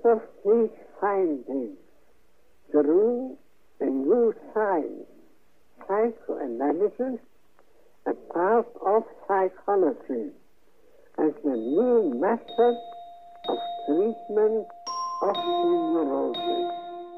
of these findings through a new science, psychoanalysis, a part of psychology, as the new method of treatment of neurosis.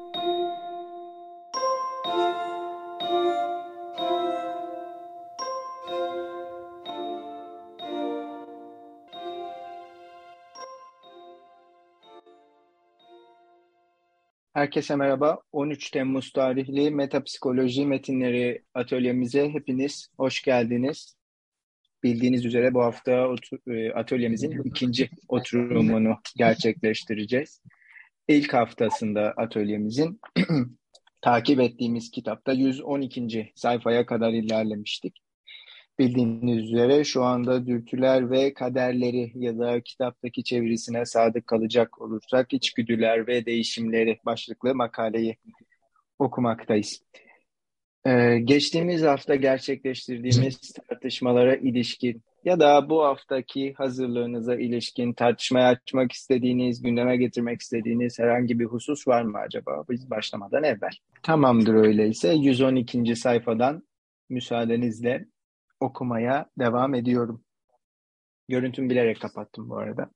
Herkese merhaba. 13 Temmuz tarihli Metapsikoloji Metinleri atölyemize hepiniz hoş geldiniz. Bildiğiniz üzere bu hafta atölyemizin ikinci oturumunu gerçekleştireceğiz. İlk haftasında atölyemizin takip ettiğimiz kitapta 112. sayfaya kadar ilerlemiştik. Bildiğiniz üzere şu anda Dürtüler ve Kaderleri ya da kitaptaki çevirisine sadık kalacak olursak İçgüdüler ve Değişimleri başlıklı makaleyi okumaktayız. Geçtiğimiz hafta gerçekleştirdiğimiz tartışmalara ilişkin ya da bu haftaki hazırlığınıza ilişkin tartışmaya açmak istediğiniz, gündeme getirmek istediğiniz herhangi bir husus var mı acaba biz başlamadan evvel? Tamamdır, öyleyse 112. sayfadan müsaadenizle okumaya devam ediyorum. Görüntümü bilerek kapattım bu arada.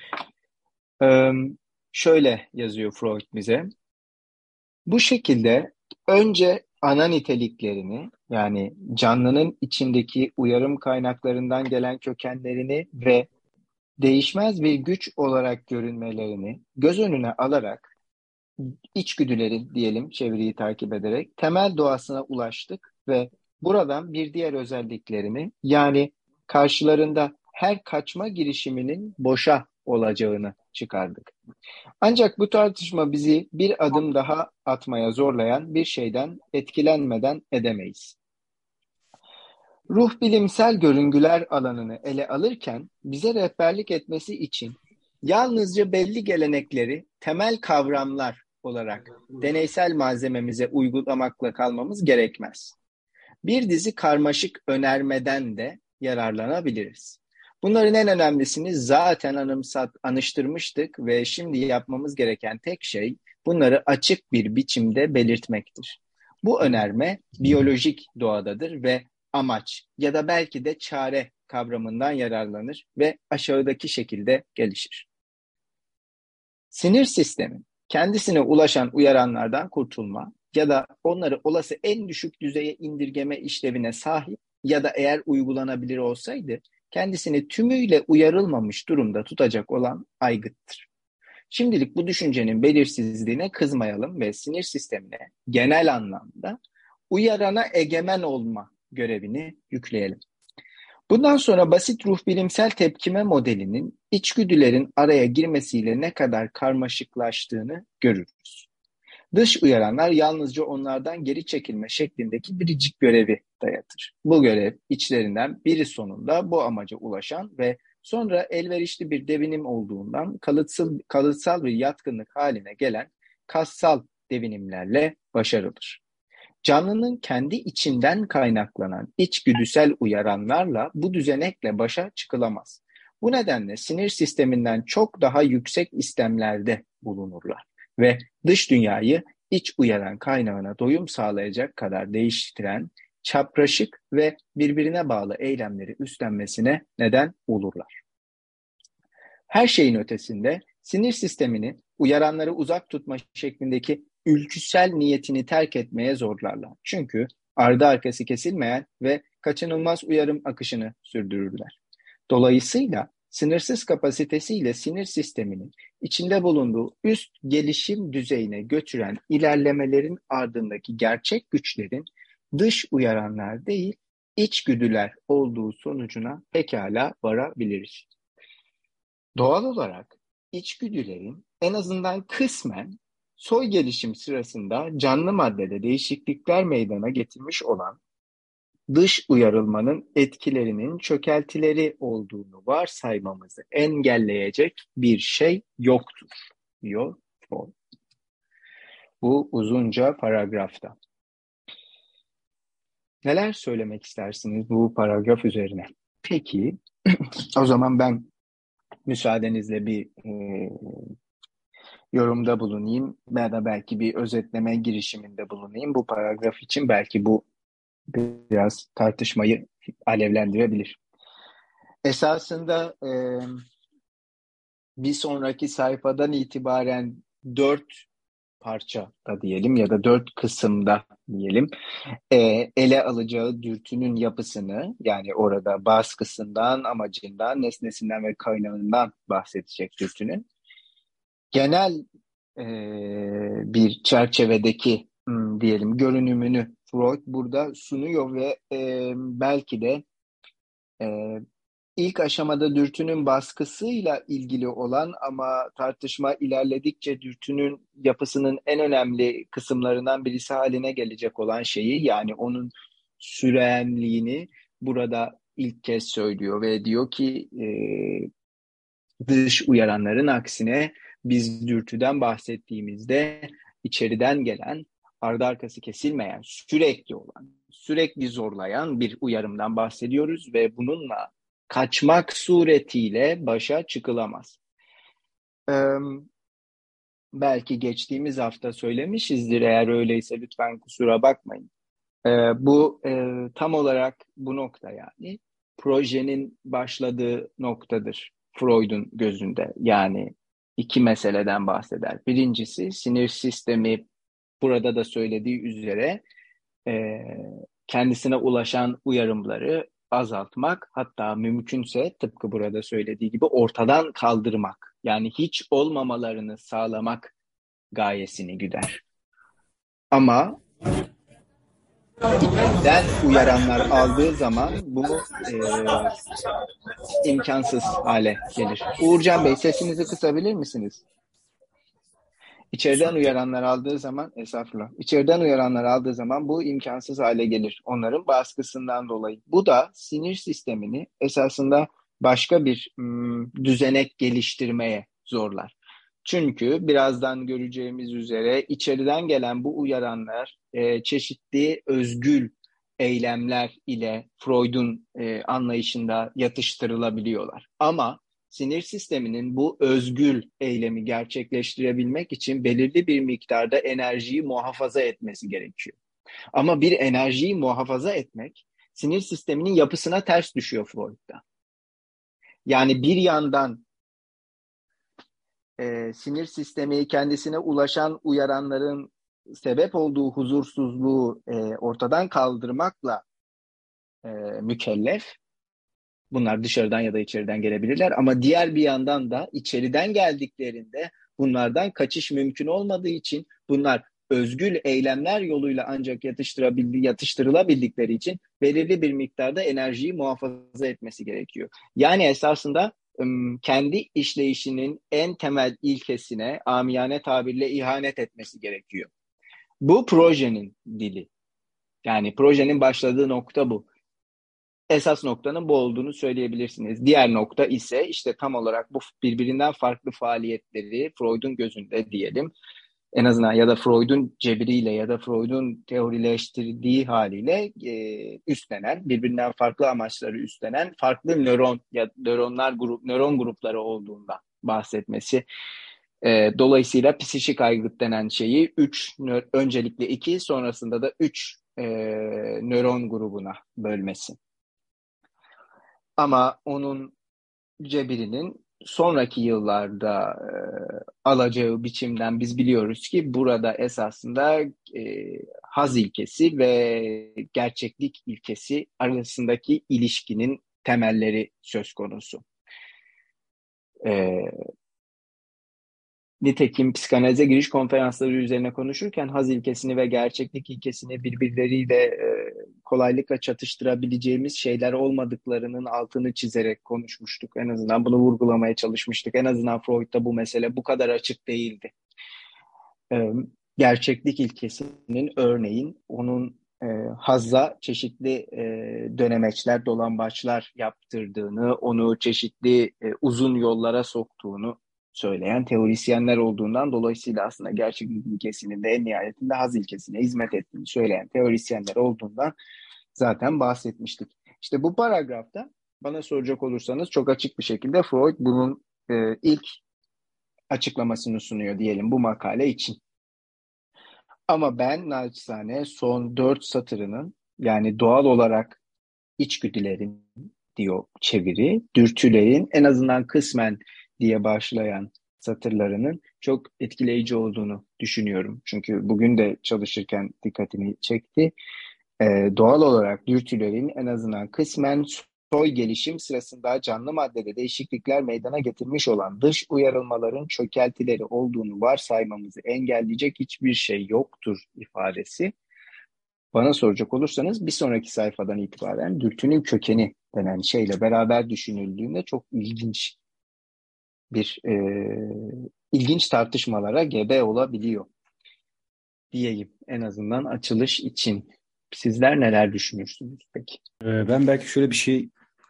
Şöyle yazıyor Freud bize. Bu şekilde önce ana niteliklerini, yani canlının içindeki uyarım kaynaklarından gelen kökenlerini ve değişmez bir güç olarak görünmelerini göz önüne alarak içgüdülerin, diyelim çeviriyi takip ederek, temel doğasına ulaştık ve buradan bir diğer özelliklerini, yani karşılarında her kaçma girişiminin boşa olacağını çıkardık. Ancak bu tartışma bizi bir adım daha atmaya zorlayan bir şeyden etkilenmeden edemeyiz. Ruh bilimsel görüngüler alanını ele alırken bize rehberlik etmesi için yalnızca belli gelenekleri temel kavramlar olarak deneysel malzememize uygulamakla kalmamız gerekmez. Bir dizi karmaşık önermeden de yararlanabiliriz. Bunların en önemlisini zaten anıştırmıştık ve şimdi yapmamız gereken tek şey bunları açık bir biçimde belirtmektir. Bu önerme biyolojik doğadadır ve amaç ya da belki de çare kavramından yararlanır ve aşağıdaki şekilde gelişir. Sinir sistemi, kendisine ulaşan uyaranlardan kurtulma ya da onları olası en düşük düzeye indirgeme işlevine sahip ya da eğer uygulanabilir olsaydı kendisini tümüyle uyarılmamış durumda tutacak olan aygıttır. Şimdilik bu düşüncenin belirsizliğine kızmayalım ve sinir sistemine genel anlamda uyarana egemen olma görevini yükleyelim. Bundan sonra basit ruh bilimsel tepkime modelinin içgüdülerin araya girmesiyle ne kadar karmaşıklaştığını görürüz. Dış uyaranlar yalnızca onlardan geri çekilme şeklindeki biricik görevi dayatır. Bu görev içlerinden biri sonunda bu amaca ulaşan ve sonra elverişli bir devinim olduğundan kalıtsal bir yatkınlık haline gelen kassal devinimlerle başarılır. Canlının kendi içinden kaynaklanan içgüdüsel uyaranlarla bu düzenekle başa çıkılamaz. Bu nedenle sinir sisteminden çok daha yüksek istemlerde bulunurlar ve dış dünyayı iç uyaran kaynağına doyum sağlayacak kadar değiştiren, çapraşık ve birbirine bağlı eylemleri üstlenmesine neden olurlar. Her şeyin ötesinde sinir sistemini uyaranları uzak tutma şeklindeki ülküsel niyetini terk etmeye zorlarlar. Çünkü ardı arkası kesilmeyen ve kaçınılmaz uyarım akışını sürdürürler. Dolayısıyla sınırsız kapasitesiyle sinir sisteminin içinde bulunduğu üst gelişim düzeyine götüren ilerlemelerin ardındaki gerçek güçlerin dış uyaranlar değil, içgüdüler olduğu sonucuna pekala varabiliriz. Doğal olarak içgüdülerin en azından kısmen soy gelişim sırasında canlı maddede değişiklikler meydana getirmiş olan dış uyarılmanın etkilerinin çökeltileri olduğunu varsaymamızı engelleyecek bir şey yoktur, diyor Freud. Bu uzunca paragrafta. Neler söylemek istersiniz bu paragraf üzerine? Peki, o zaman ben müsaadenizle bir yorumda bulunayım ya da belki bir özetleme girişiminde bulunayım. Bu paragraf için belki bu biraz tartışmayı alevlendirebilir. Esasında bir sonraki sayfadan itibaren 4 parçada diyelim ya da 4 kısımda diyelim e, ele alacağı dürtünün yapısını, yani orada baskısından, amacından, nesnesinden ve kaynağından bahsedecek dürtünün. Genel e, bir çerçevedeki diyelim görünümünü Freud burada sunuyor ve belki de e, ilk aşamada dürtünün baskısıyla ilgili olan ama tartışma ilerledikçe dürtünün yapısının en önemli kısımlarından birisi haline gelecek olan şeyi, yani onun sürenliğini burada ilk kez söylüyor ve diyor ki dış uyaranların aksine biz dürtüden bahsettiğimizde içeriden gelen, ardı arkası kesilmeyen, sürekli olan, sürekli zorlayan bir uyarımdan bahsediyoruz ve bununla kaçmak suretiyle başa çıkılamaz. Belki geçtiğimiz hafta söylemişizdir, eğer öyleyse lütfen kusura bakmayın. Bu tam olarak bu nokta, yani projenin başladığı noktadır Freud'un gözünde. Yani iki meseleden bahseder. Birincisi, sinir sistemi burada da söylediği üzere e, kendisine ulaşan uyarımları azaltmak, hatta mümkünse tıpkı burada söylediği gibi ortadan kaldırmak, yani hiç olmamalarını sağlamak gayesini güder. Ama içeriden uyaranlar aldığı zaman bu imkansız hale gelir. Uğurcan Bey, sesinizi kısabilir misiniz? İçeriden uyaranlar aldığı zaman, estağfurullah, içeriden uyaranlar aldığı zaman bu imkansız hale gelir. Onların baskısından dolayı. Bu da sinir sistemini esasında başka bir düzenek geliştirmeye zorlar. Çünkü birazdan göreceğimiz üzere içeriden gelen bu uyaranlar çeşitli özgül eylemler ile Freud'un anlayışında yatıştırılabiliyorlar. Ama sinir sisteminin bu özgül eylemi gerçekleştirebilmek için belirli bir miktarda enerjiyi muhafaza etmesi gerekiyor. Ama bir enerjiyi muhafaza etmek sinir sisteminin yapısına ters düşüyor Freud'da. Yani bir yandan sinir sistemi kendisine ulaşan uyaranların sebep olduğu huzursuzluğu ortadan kaldırmakla mükellef. Bunlar dışarıdan ya da içeriden gelebilirler ama diğer bir yandan da içeriden geldiklerinde bunlardan kaçış mümkün olmadığı için bunlar özgül eylemler yoluyla ancak yatıştırılabildikleri için belirli bir miktarda enerjiyi muhafaza etmesi gerekiyor. Yani esasında kendi işleyişinin en temel ilkesine amiyane tabirle ihanet etmesi gerekiyor. Bu projenin dili. Yani projenin başladığı nokta bu. Esas noktanın bu olduğunu söyleyebilirsiniz. Diğer nokta ise işte tam olarak bu birbirinden farklı faaliyetleri Freud'un gözünde diyelim, en azından, ya da Freud'un cebriyle ya da Freud'un teorileştirdiği haliyle üstlenen, birbirinden farklı amaçları üstlenen farklı nöron grupları olduğunda bahsetmesi. Dolayısıyla psişik aygıt denen şeyi öncelikle 2, sonrasında da 3 nöron grubuna bölmesi. Ama onun cebirinin sonraki yıllarda alacağı biçimden biz biliyoruz ki burada esasında haz ilkesi ve gerçeklik ilkesi arasındaki ilişkinin temelleri söz konusu. Nitekim psikanalize giriş konferansları üzerine konuşurken haz ilkesini ve gerçeklik ilkesini birbirleriyle kolaylıkla çatıştırabileceğimiz şeyler olmadıklarının altını çizerek konuşmuştuk. En azından bunu vurgulamaya çalışmıştık. En azından Freud'da bu mesele bu kadar açık değildi. Gerçeklik ilkesinin örneğin onun hazza çeşitli dönemeçler, dolambaçlar yaptırdığını, onu çeşitli uzun yollara soktuğunu söyleyen teorisyenler olduğundan, dolayısıyla aslında gerçeklik ilkesinin de en nihayetinde haz ilkesine hizmet ettiğini söyleyen teorisyenler olduğundan zaten bahsetmiştik. İşte bu paragrafta bana soracak olursanız çok açık bir şekilde Freud bunun ilk açıklamasını sunuyor diyelim bu makale için. Ama ben naçizane son 4 satırının, yani doğal olarak içgüdülerin diyor çeviri, dürtülerin en azından kısmen diye başlayan satırlarının çok etkileyici olduğunu düşünüyorum. Çünkü bugün de çalışırken dikkatimi çekti. Doğal olarak dürtülerin en azından kısmen soy gelişim sırasında canlı maddede değişiklikler meydana getirmiş olan dış uyarılmaların çökeltileri olduğunu varsaymamızı engelleyecek hiçbir şey yoktur ifadesi. Bana soracak olursanız bir sonraki sayfadan itibaren dürtünün kökeni denen şeyle beraber düşünüldüğünde çok ilginç tartışmalara gebe olabiliyor diyeyim en azından açılış için. Sizler neler düşünürsünüz peki? Ben belki şöyle bir şey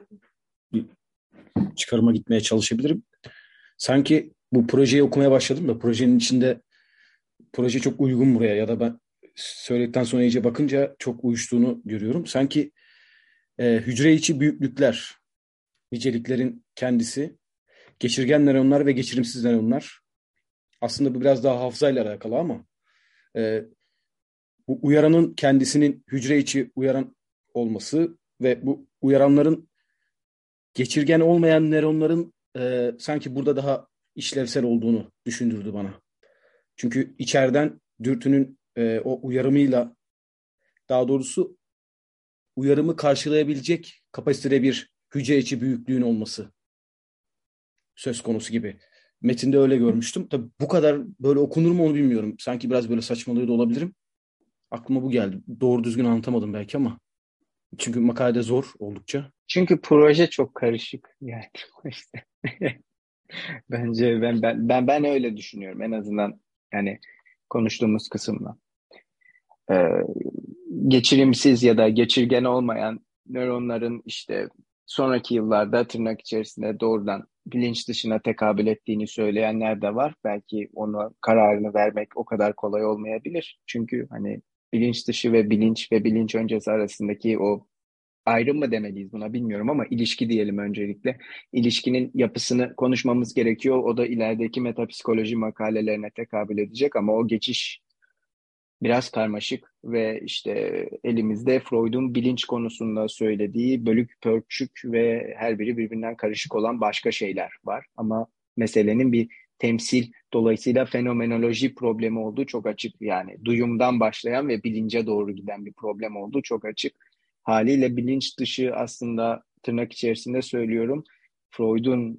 çıkarıma gitmeye çalışabilirim. Sanki bu projeyi okumaya başladım da projenin içinde proje çok uygun buraya ya da ben söyledikten sonra iyice bakınca çok uyuştuğunu görüyorum. Sanki hücre içi büyüklükler, niceliklerin kendisi, geçirgen nöronlar ve geçirimsiz nöronlar. Aslında bu biraz daha hafızayla alakalı ama bu uyaranın kendisinin hücre içi uyaran olması ve bu uyaranların geçirgen olmayan nöronların sanki burada daha işlevsel olduğunu düşündürdü bana. Çünkü içeriden dürtünün o uyarımıyla, daha doğrusu uyarımı karşılayabilecek kapasitede bir hücre içi büyüklüğün olması söz konusu gibi. Metinde öyle görmüştüm. Tabii bu kadar böyle okunur mu onu bilmiyorum. Sanki biraz böyle saçmalıyor da olabilirim. Aklıma bu geldi. Doğru düzgün anlatamadım belki ama. Çünkü makalede zor oldukça. Çünkü proje çok karışık yani işte. Bence ben öyle düşünüyorum en azından, yani konuştuğumuz kısımla. Ee, Geçirimsiz ya da geçirgen olmayan nöronların işte sonraki yıllarda tırnak içerisinde doğrudan bilinç dışına tekabül ettiğini söyleyenler de var. Belki onu kararını vermek o kadar kolay olmayabilir. Çünkü hani bilinç dışı ve bilinç öncesi arasındaki o ayrım mı demeliyiz buna bilmiyorum ama ilişki diyelim öncelikle. İlişkinin yapısını konuşmamız gerekiyor. O da ilerideki metapsikoloji makalelerine tekabül edecek ama o geçiş biraz karmaşık ve işte elimizde Freud'un bilinç konusunda söylediği bölük pörçük ve her biri birbirinden karışık olan başka şeyler var. Ama meselenin bir temsil, dolayısıyla fenomenoloji problemi olduğu çok açık. Yani duyumdan başlayan ve bilince doğru giden bir problem olduğu çok açık. Haliyle bilinç dışı aslında tırnak içerisinde söylüyorum, Freud'un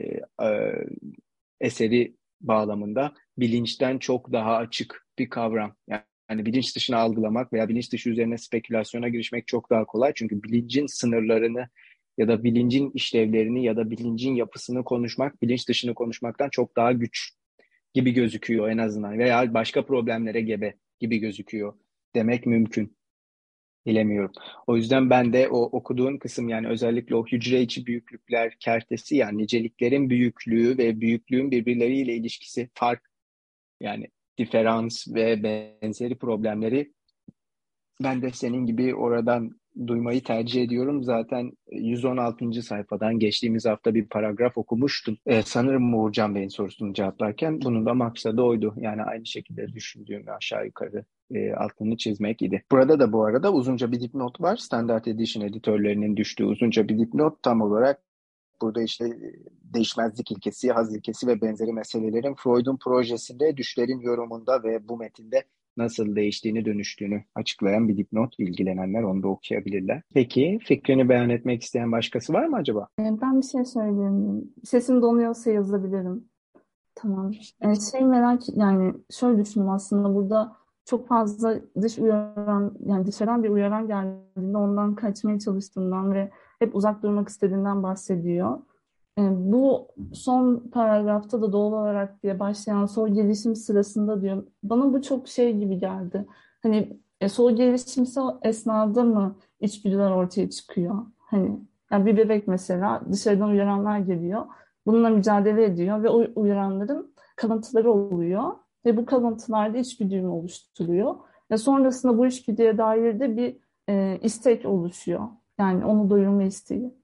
eseri bağlamında bilinçten çok daha açık bir kavram. Yani bilinç dışını algılamak veya bilinç dışı üzerine spekülasyona girişmek çok daha kolay. Çünkü bilincin sınırlarını ya da bilincin işlevlerini ya da bilincin yapısını konuşmak, bilinç dışını konuşmaktan çok daha güç gibi gözüküyor en azından. Veya başka problemlere gebe gibi gözüküyor demek mümkün. Bilemiyorum. O yüzden ben de o okuduğum kısım, yani özellikle o hücre içi büyüklükler kertesi, yani niceliklerin büyüklüğü ve büyüklüğün birbirleriyle ilişkisi, fark, yani diferans ve benzeri problemleri ben de senin gibi oradan duymayı tercih ediyorum. Zaten 116. sayfadan geçtiğimiz hafta bir paragraf okumuştum. Sanırım Uğurcan Bey'in sorusunu cevaplarken bunun da maksadı oydu. Yani aynı şekilde düşündüğümü aşağı yukarı altını çizmek idi. Burada da bu arada uzunca bir dipnot var. Standard Edition editörlerinin düştüğü uzunca bir dipnot, tam olarak burada işte değişmezlik ilkesi, haz ilkesi ve benzeri meselelerin Freud'un projesinde, düşlerin yorumunda ve bu metinde nasıl değiştiğini, dönüştüğünü açıklayan bir dipnot. İlgilenenler onu da okuyabilirler. Peki fikrini beyan etmek isteyen başkası var mı acaba? Ben bir şey söyleyeyim. Sesim donuyorsa yazabilirim. Tamam. Yani şöyle düşündüm, aslında burada çok fazla dış uyaran, yani dışarıdan bir uyaran geldiğinde ondan kaçmaya çalıştığından ve hep uzak durmak istediğinden bahsediyor. Bu son paragrafta da doğal olarak diye başlayan soy gelişim sırasında diyor. Bana bu çok şey gibi geldi. Hani soy gelişim esnada mı içgüdüler ortaya çıkıyor? Hani yani bir bebek mesela dışarıdan uyaranlar geliyor. Bununla mücadele ediyor ve o uyaranların kalıntıları oluyor. Ve bu kalıntılar da içgüdüyü oluşturuyor. Ve sonrasında bu içgüdüye dair de bir istek oluşuyor. Yani onu doyurma isteği.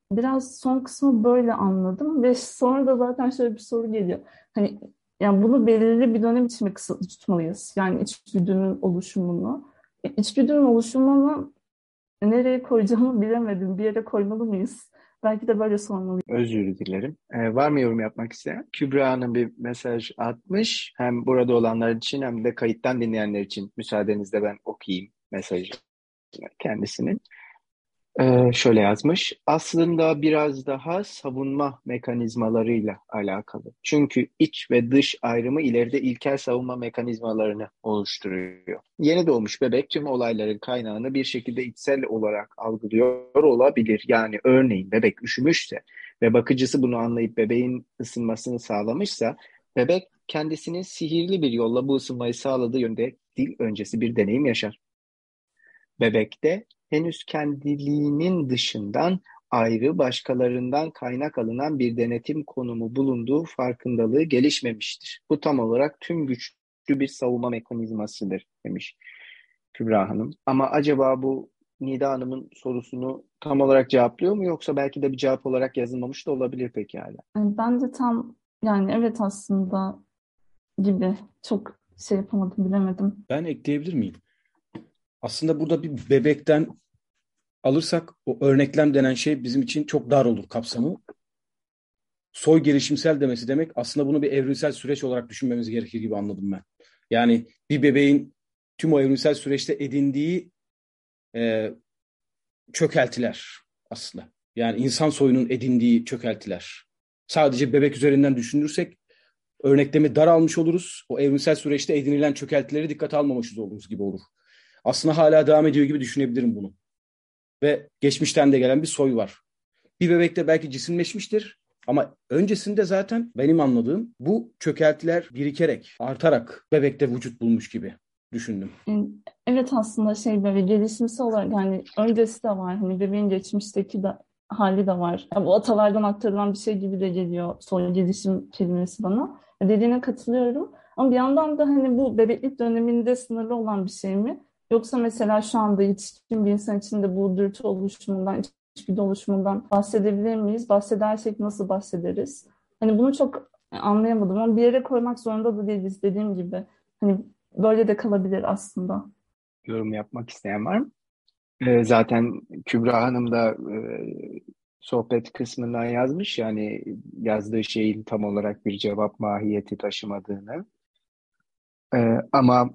biraz son kısmı böyle anladım ve sonra da zaten şöyle bir soru geliyor. Hani yani bunu belirli bir dönem için mi kısıtlı tutmalıyız? Yani içgüdünün oluşumunu. İçgüdünün oluşumunu nereye koyacağımı bilemedim. Bir yere koymalı mıyız? Belki de böyle sormalıyım. Özür dilerim. Var mı yorum yapmak isteyen? Kübra Hanım bir mesaj atmış. Hem burada olanlar için hem de kayıttan dinleyenler için müsaadenizle ben okuyayım mesajı kendisinin. Şöyle yazmış. Aslında biraz daha savunma mekanizmalarıyla alakalı. Çünkü iç ve dış ayrımı ileride ilkel savunma mekanizmalarını oluşturuyor. Yeni doğmuş bebek tüm olayların kaynağını bir şekilde içsel olarak algılıyor olabilir. Yani örneğin bebek üşümüşse ve bakıcısı bunu anlayıp bebeğin ısınmasını sağlamışsa, bebek kendisinin sihirli bir yolla bu ısınmayı sağladığı yönde dil öncesi bir deneyim yaşar. Bebekte henüz kendiliğinin dışından ayrı başkalarından kaynak alınan bir denetim konumu bulunduğu farkındalığı gelişmemiştir. Bu tam olarak tüm güçlü bir savunma mekanizmasıdır demiş Kübra Hanım. Ama acaba bu Nida Hanım'ın sorusunu tam olarak cevaplıyor mu, yoksa belki de bir cevap olarak yazılmamış da olabilir pekala. Yani ben de tam yani evet aslında gibi çok şey yapamadım bilemedim. Ben ekleyebilir miyim? Aslında burada bir bebekten alırsak o örneklem denen şey bizim için çok dar olur kapsamı. Soy gelişimsel demesi demek aslında bunu bir evrimsel süreç olarak düşünmemiz gerekir gibi anladım ben. Yani bir bebeğin tüm o evrimsel süreçte edindiği e, çökeltiler aslında. Yani insan soyunun edindiği çökeltiler. Sadece bebek üzerinden düşünürsek örneklemi dar almış oluruz. O evrimsel süreçte edinilen çökeltileri dikkate almamışız oluruz gibi olur. Aslında hala devam ediyor gibi düşünebilirim bunu. Ve geçmişten de gelen bir soy var. Bir bebekte belki cisimleşmiştir ama öncesinde zaten benim anladığım bu çökeltiler birikerek, artarak bebekte vücut bulmuş gibi düşündüm. Yani evet aslında şey böyle gelişimsel olarak yani öncesi de var. Hani bebeğin geçmişteki de hali de var. Yani bu atalardan aktarılan bir şey gibi de geliyor soy gelişim kelimesi bana. Dediğine katılıyorum. Ama bir yandan da hani bu bebeklik döneminde sınırlı olan bir şey mi? Yoksa mesela şu anda yetişkin bir insan için de bu dürtü oluşumundan, içgüdü oluşumundan bahsedebilir miyiz? Bahsedersek nasıl bahsederiz? Hani bunu çok anlayamadım ama bir yere koymak zorunda da değiliz dediğim gibi. Hani böyle de kalabilir aslında. Yorum yapmak isteyen var mı? Zaten Kübra Hanım da sohbet kısmından yazmış, yani yazdığı şeyin tam olarak bir cevap mahiyeti taşımadığını. Ama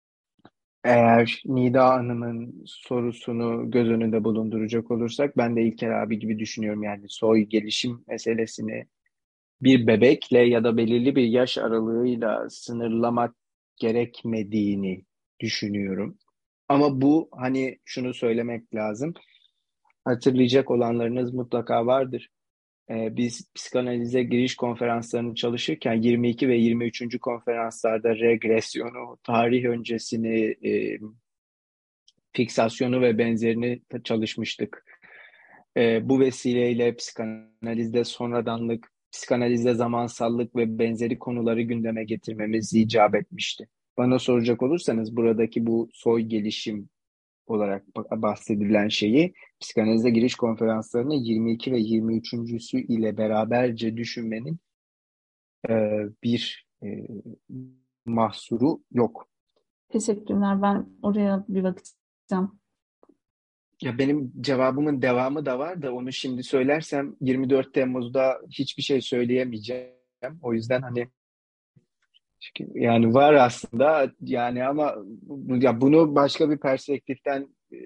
eğer Nida Hanım'ın sorusunu göz önünde bulunduracak olursak, ben de İlker abi gibi düşünüyorum. Yani soy gelişim meselesini bir bebekle ya da belirli bir yaş aralığıyla sınırlamak gerekmediğini düşünüyorum. Ama bu, hani şunu söylemek lazım. Hatırlayacak olanlarınız mutlaka vardır. Biz psikanalize giriş konferanslarını çalışırken 22 ve 23. konferanslarda regresyonu, tarih öncesini, fiksasyonu ve benzerini çalışmıştık. Bu vesileyle psikanalizde sonradanlık, psikanalizde zamansallık ve benzeri konuları gündeme getirmemiz icap etmişti. Bana soracak olursanız, buradaki bu soy gelişim olarak bahsedilen şeyi psikanalize giriş konferanslarının 22 ve 23.sü ile beraberce düşünmenin bir mahsuru yok. Teşekkürler. Ben oraya bir bakacağım. Ya benim cevabımın devamı da var da, onu şimdi söylersem 24 Temmuz'da hiçbir şey söyleyemeyeceğim. O yüzden hani, yani var aslında yani, ama ya bunu başka bir perspektiften,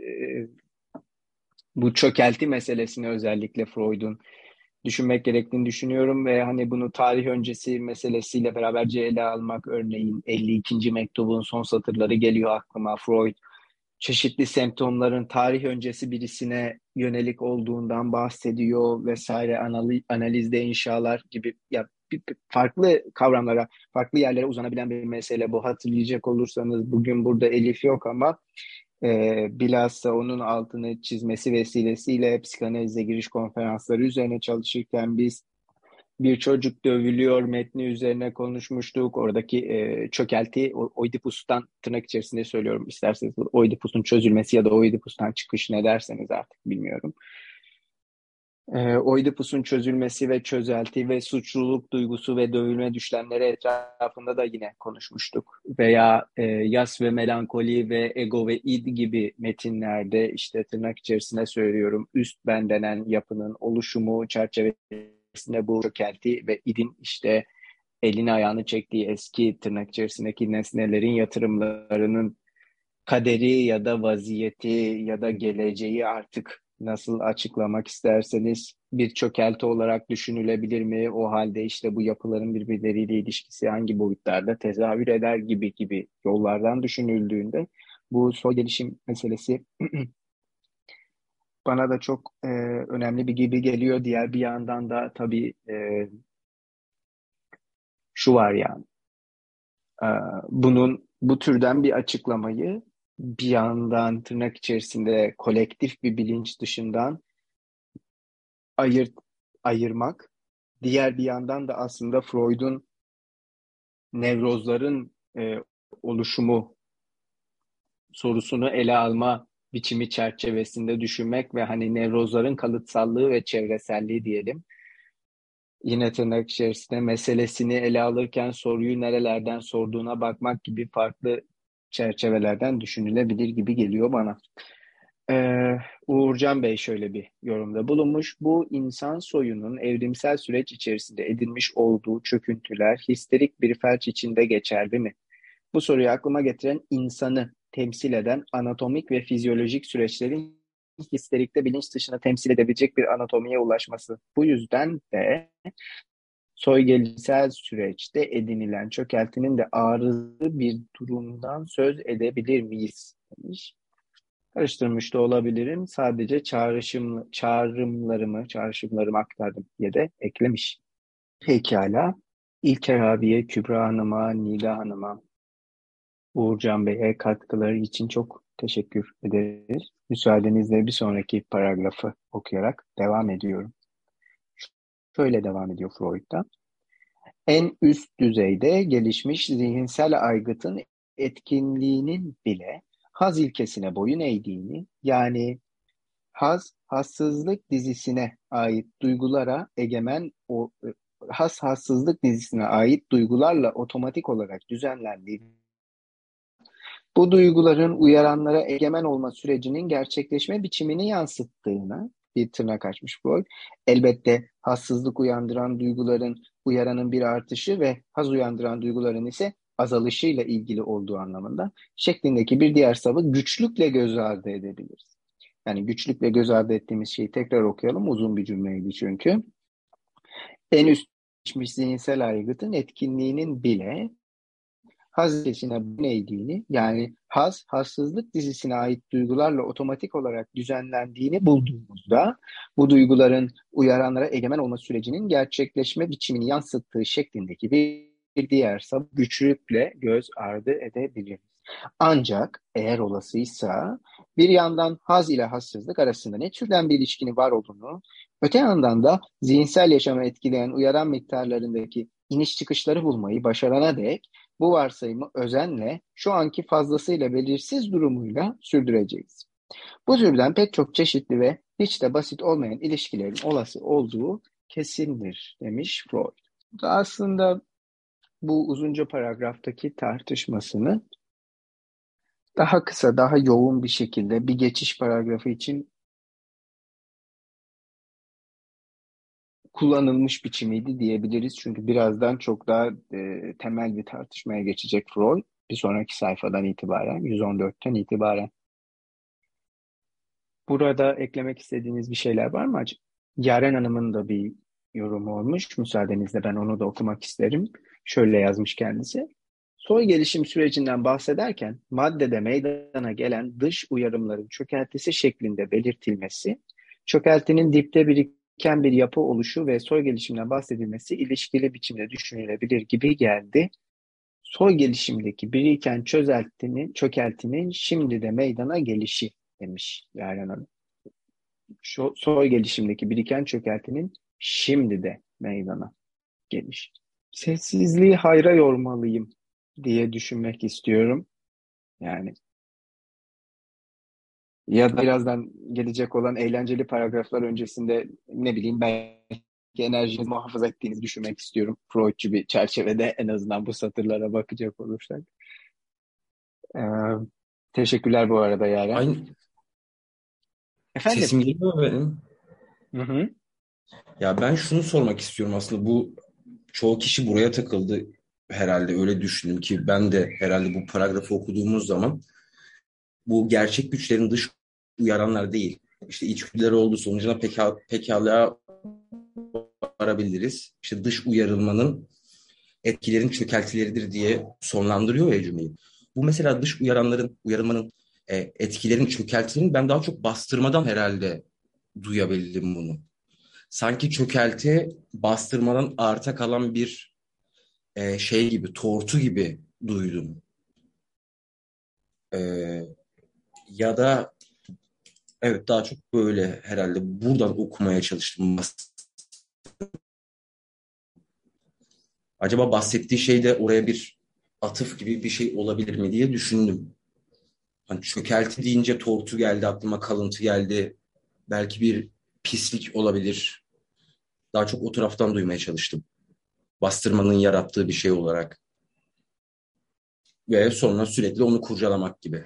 bu çökelti meselesini özellikle Freud'un düşünmek gerektiğini düşünüyorum ve hani bunu tarih öncesi meselesiyle beraberce ele almak, örneğin 52. mektubun son satırları geliyor aklıma. Freud çeşitli semptomların tarih öncesi birisine yönelik olduğundan bahsediyor vesaire, analizde inşalar gibi, ya farklı kavramlara, farklı yerlere uzanabilen bir mesele bu. Hatırlayacak olursanız, bugün burada Elif yok ama bilhassa onun altını çizmesi vesilesiyle psikanalize giriş konferansları üzerine çalışırken biz bir çocuk dövülüyor metni üzerine konuşmuştuk. Oradaki çökelti, Oidipus'tan, tırnak içerisinde söylüyorum, isterseniz Oidipus'un çözülmesi ya da Oidipus'tan çıkış, ne derseniz artık bilmiyorum. Oidipus'un çözülmesi ve çözelti ve suçluluk duygusu ve dövülme düşlemleri etrafında da yine konuşmuştuk. Veya Yas ve Melankoli ve Ego ve İd gibi metinlerde işte tırnak içerisinde söylüyorum üst ben denen yapının oluşumu çerçevesinde bu çökelti ve İd'in işte elini ayağını çektiği eski tırnak içerisindeki nesnelerin yatırımlarının kaderi ya da vaziyeti ya da geleceği artık nasıl açıklamak isterseniz bir çökelti olarak düşünülebilir mi? O halde işte bu yapıların birbirleriyle ilişkisi hangi boyutlarda tezahür eder gibi yollardan düşünüldüğünde bu soy gelişim meselesi bana da çok önemli bir gibi geliyor. Diğer bir yandan da tabii şu var yani. Ee, bu türden bir açıklamayı bir yandan tırnak içerisinde kolektif bir bilinç dışından ayırt, ayırmak, diğer bir yandan da aslında Freud'un nevrozların oluşumu sorusunu ele alma biçimi çerçevesinde düşünmek ve hani nevrozların kalıtsallığı ve çevreselliği diyelim. Yine tırnak içerisinde meselesini ele alırken soruyu nerelerden sorduğuna bakmak gibi farklı çerçevelerden düşünülebilir gibi geliyor bana. Uğurcan Bey şöyle bir yorumda bulunmuş. Bu insan soyunun evrimsel süreç içerisinde edinmiş olduğu çöküntüler histerik bir felç içinde geçerli mi? Bu soruyu aklıma getiren insanı temsil eden anatomik ve fizyolojik süreçlerin histerikte bilinç dışına temsil edebilecek bir anatomiye ulaşması. Bu yüzden de soygelişsel süreçte edinilen çökeltinin de arızalı bir durumdan söz edebilir miyiz? Demiş. Karıştırmış da olabilirim. Sadece çağrışımlarımı aktardım diye de eklemiş. Pekala. İlker abiye, Kübra Hanım'a, Nida Hanım'a, Uğurcan Bey'e katkıları için çok teşekkür ederiz. Müsaadenizle bir sonraki paragrafı okuyarak devam ediyorum. Şöyle devam ediyor Freud'da. En üst düzeyde gelişmiş zihinsel aygıtın etkinliğinin bile haz ilkesine boyun eğdiğini, yani hassızlık dizisine ait duygulara egemen hassızlık dizisine ait duygularla otomatik olarak düzenlendiği, bu duyguların uyaranlara egemen olma sürecinin gerçekleşme biçimini yansıttığına bir tırnak açmış Freud. Elbette hassızlık uyandıran duyguların uyaranın bir artışı ve haz uyandıran duyguların ise azalışıyla ilgili olduğu anlamında şeklindeki bir diğer savı güçlükle göz ardı edebiliriz. Yani güçlükle göz ardı ettiğimiz şeyi tekrar okuyalım. Uzun bir cümleydi çünkü. En üst zihinsel aygıtın etkinliğinin bile haz ilkesine neydiğini, yani hassızlık dizisine ait duygularla otomatik olarak düzenlendiğini bulduğumuzda bu duyguların uyaranlara egemen olma sürecinin gerçekleşme biçimini yansıttığı şeklindeki bir diğer güçlükle göz ardı edebiliriz. Ancak eğer olasıysa bir yandan haz ile hassızlık arasında ne türden bir ilişkinin var olduğunu, öte yandan da zihinsel yaşamı etkileyen uyaran miktarlarındaki iniş çıkışları bulmayı başarana dek bu varsayımı özenle şu anki fazlasıyla belirsiz durumuyla sürdüreceğiz. Bu türden pek çok çeşitli ve hiç de basit olmayan ilişkilerin olası olduğu kesindir demiş Freud. Aslında bu uzunca paragraftaki tartışmasını daha kısa, daha yoğun bir şekilde bir geçiş paragrafı için kullanılmış biçimiydi diyebiliriz. Çünkü birazdan çok daha temel bir tartışmaya geçecek Freud. Bir sonraki sayfadan itibaren, 114'ten itibaren. Burada eklemek istediğiniz bir şeyler var mı acaba? Yaren Hanım'ın da bir yorumu olmuş. Müsaadenizle ben onu da okumak isterim. Şöyle yazmış kendisi. Soy gelişim sürecinden bahsederken maddede meydana gelen dış uyarımların çökeltisi şeklinde belirtilmesi, çökeltinin dipte biriken bir yapı oluşu ve soy gelişiminden bahsedilmesi ilişkili biçimde düşünülebilir gibi geldi. Soy gelişimdeki biriken çökeltinin şimdi de meydana gelişi demiş Yaren Hanım. Soy gelişimdeki biriken çökeltinin şimdi de meydana gelişi. Sessizliği hayra yormalıyım diye düşünmek istiyorum. Yani Ya da birazdan gelecek olan eğlenceli paragraflar öncesinde ne bileyim belki enerjinizi muhafaza ettiğinizi düşünmek istiyorum. Freudcu bir çerçevede en azından bu satırlara bakacak olursak. Ee, teşekkürler bu arada Yaren. Aynı Efendim? sesim geliyor mu benim? Hı hı. Ya ben şunu sormak istiyorum aslında, bu çoğu kişi buraya takıldı herhalde, öyle düşündüm ki ben de herhalde bu paragrafı okuduğumuz zaman bu gerçek güçlerin dış uyaranlar değil, işte içgüdüleri olduğu sonucuna pekala varabiliriz. İşte dış uyarılmanın etkilerin çökeltileridir diye sonlandırıyor ya cümleyi. Bu mesela dış uyarılmanın etkilerin çökeltilerini ben daha çok bastırmadan herhalde duyabildim bunu. Sanki çökelti bastırmadan arta kalan bir şey gibi, tortu gibi duydum. E, Ya da evet, daha çok böyle herhalde buradan okumaya çalıştım. Acaba bahsettiği şey de oraya bir atıf gibi bir şey olabilir mi diye düşündüm. Hani çökelti deyince tortu geldi aklıma, kalıntı geldi. Belki bir pislik olabilir. Daha çok o taraftan duymaya çalıştım. Bastırmanın yarattığı bir şey olarak. Ve sonra sürekli onu kurcalamak gibi.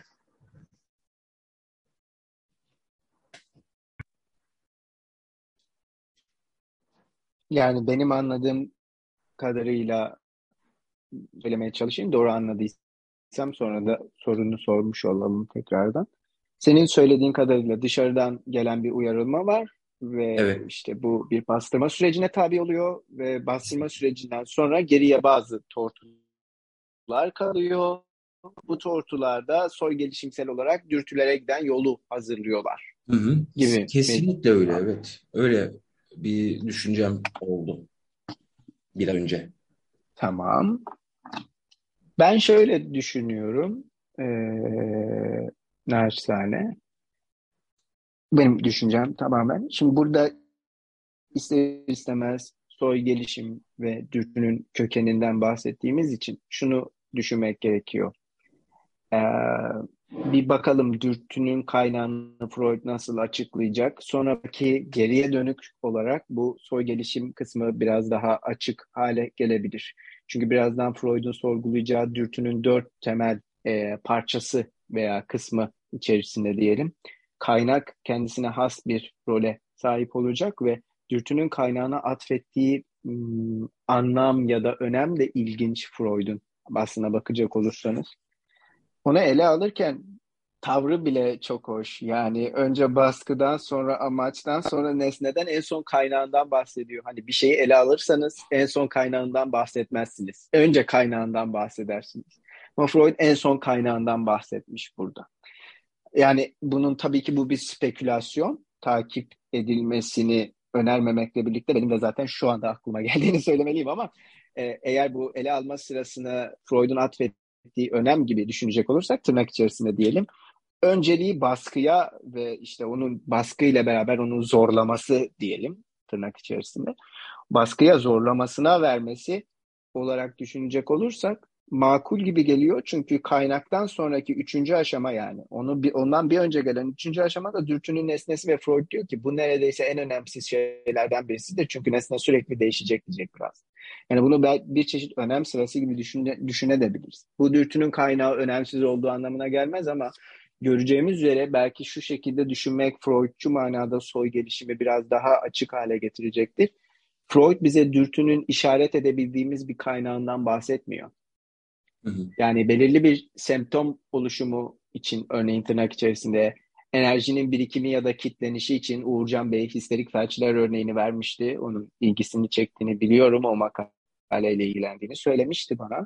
Yani benim anladığım kadarıyla söylemeye çalışayım. Doğru anladıysam sonra da sorunu sormuş olalım tekrardan. Senin söylediğin kadarıyla dışarıdan gelen bir uyarılma var ve Evet. işte bu bir bastırma sürecine tabi oluyor ve bastırma sürecinden sonra geriye bazı tortular kalıyor. Bu tortularda soy gelişimsel olarak dürtülere giden yolu hazırlıyorlar Hı hı. gibi bir Kesinlikle öyle, evet. Öyle bir düşüncem oldu bir an önce. tamam. Ben şöyle düşünüyorum. Naçizane. Benim düşüncem tamamen. Şimdi burada ister istemez soy gelişim ve dürtünün kökeninden bahsettiğimiz için şunu düşünmek gerekiyor. Ee, bir bakalım dürtünün kaynağını Freud nasıl açıklayacak? Sonraki geriye dönük olarak bu soy gelişim kısmı biraz daha açık hale gelebilir. Çünkü birazdan Freud'un sorgulayacağı dürtünün dört temel parçası veya kısmı içerisinde diyelim. Kaynak kendisine has bir role sahip olacak ve dürtünün kaynağına atfettiği anlam ya da önem de ilginç Freud'un aslına bakacak olursanız. Onu ele alırken tavrı bile çok hoş. Yani önce baskıdan, sonra amaçtan, sonra nesneden, en son kaynağından bahsediyor. Hani bir şeyi ele alırsanız en son kaynağından bahsetmezsiniz. Önce kaynağından bahsedersiniz. Ama Freud en son kaynağından bahsetmiş burada. Yani bunun tabii ki bu bir spekülasyon. Takip edilmesini önermemekle birlikte benim de zaten şu anda aklıma geldiğini söylemeliyim ama eğer bu ele alma sırasını Freud'un atfettiği önem gibi düşünecek olursak tırnak içerisinde diyelim. Önceliği baskıya ve işte onun baskıyla beraber onu zorlaması diyelim tırnak içerisinde. Baskıya zorlamasına vermesi olarak düşünecek olursak makul gibi geliyor. Çünkü kaynaktan sonraki üçüncü aşama yani ondan bir önce gelen üçüncü aşama da dürtünün nesnesi ve Freud diyor ki bu neredeyse en önemsiz şeylerden birisidir. Çünkü nesne sürekli değişecek diyecek biraz. Yani bunu bir çeşit önem sırası gibi düşünebiliriz. Bu dürtünün kaynağı önemsiz olduğu anlamına gelmez ama göreceğimiz üzere belki şu şekilde düşünmek Freudçu manada soy gelişimi biraz daha açık hale getirecektir. Freud bize dürtünün işaret edebildiğimiz bir kaynağından bahsetmiyor. Hı hı. Yani belirli bir semptom oluşumu için örneğin tırnak içerisinde enerjinin birikimi ya da kitlenişi için Uğurcan Bey histerik felçler örneğini vermişti. Onun ilgisini çektiğini biliyorum. O makaleyle ilgilendiğini söylemişti bana.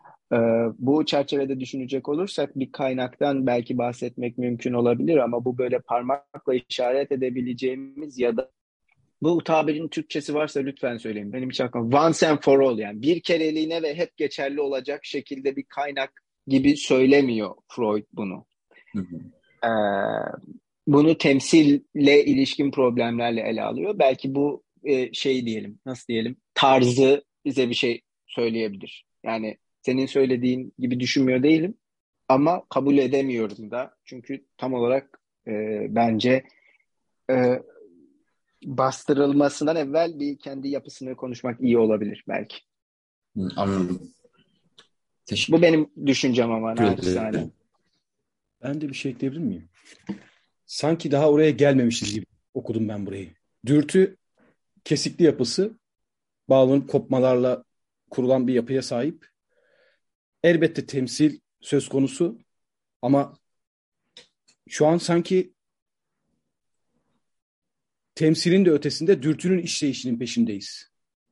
Bu çerçevede düşünecek olursak bir kaynaktan belki bahsetmek mümkün olabilir ama bu böyle parmakla işaret edebileceğimiz ya da bu tabirin Türkçesi varsa lütfen söyleyin. Benim hiç aklıma once and for all yani bir kereliğine ve hep geçerli olacak şekilde bir kaynak gibi söylemiyor Freud bunu. Hı hı. Ee, bunu temsille ilişkin problemlerle ele alıyor. Belki bu şey diyelim, nasıl diyelim, tarzı bize bir şey söyleyebilir. Yani senin söylediğin gibi düşünmüyor değilim ama kabul edemiyorum da. Çünkü tam olarak Bence e, bastırılmasından evvel bir kendi yapısını konuşmak iyi olabilir belki. Anladım. Bu benim düşüncem ama Teşekkür naçizane. ederim. Ben de bir şey ekleyebilir miyim? Sanki daha oraya gelmemişiz gibi okudum ben burayı. Dürtü kesikli yapısı, bağlanıp kopmalarla kurulan bir yapıya sahip. Elbette temsil söz konusu ama şu an sanki temsilin de ötesinde dürtünün işleyişinin peşindeyiz.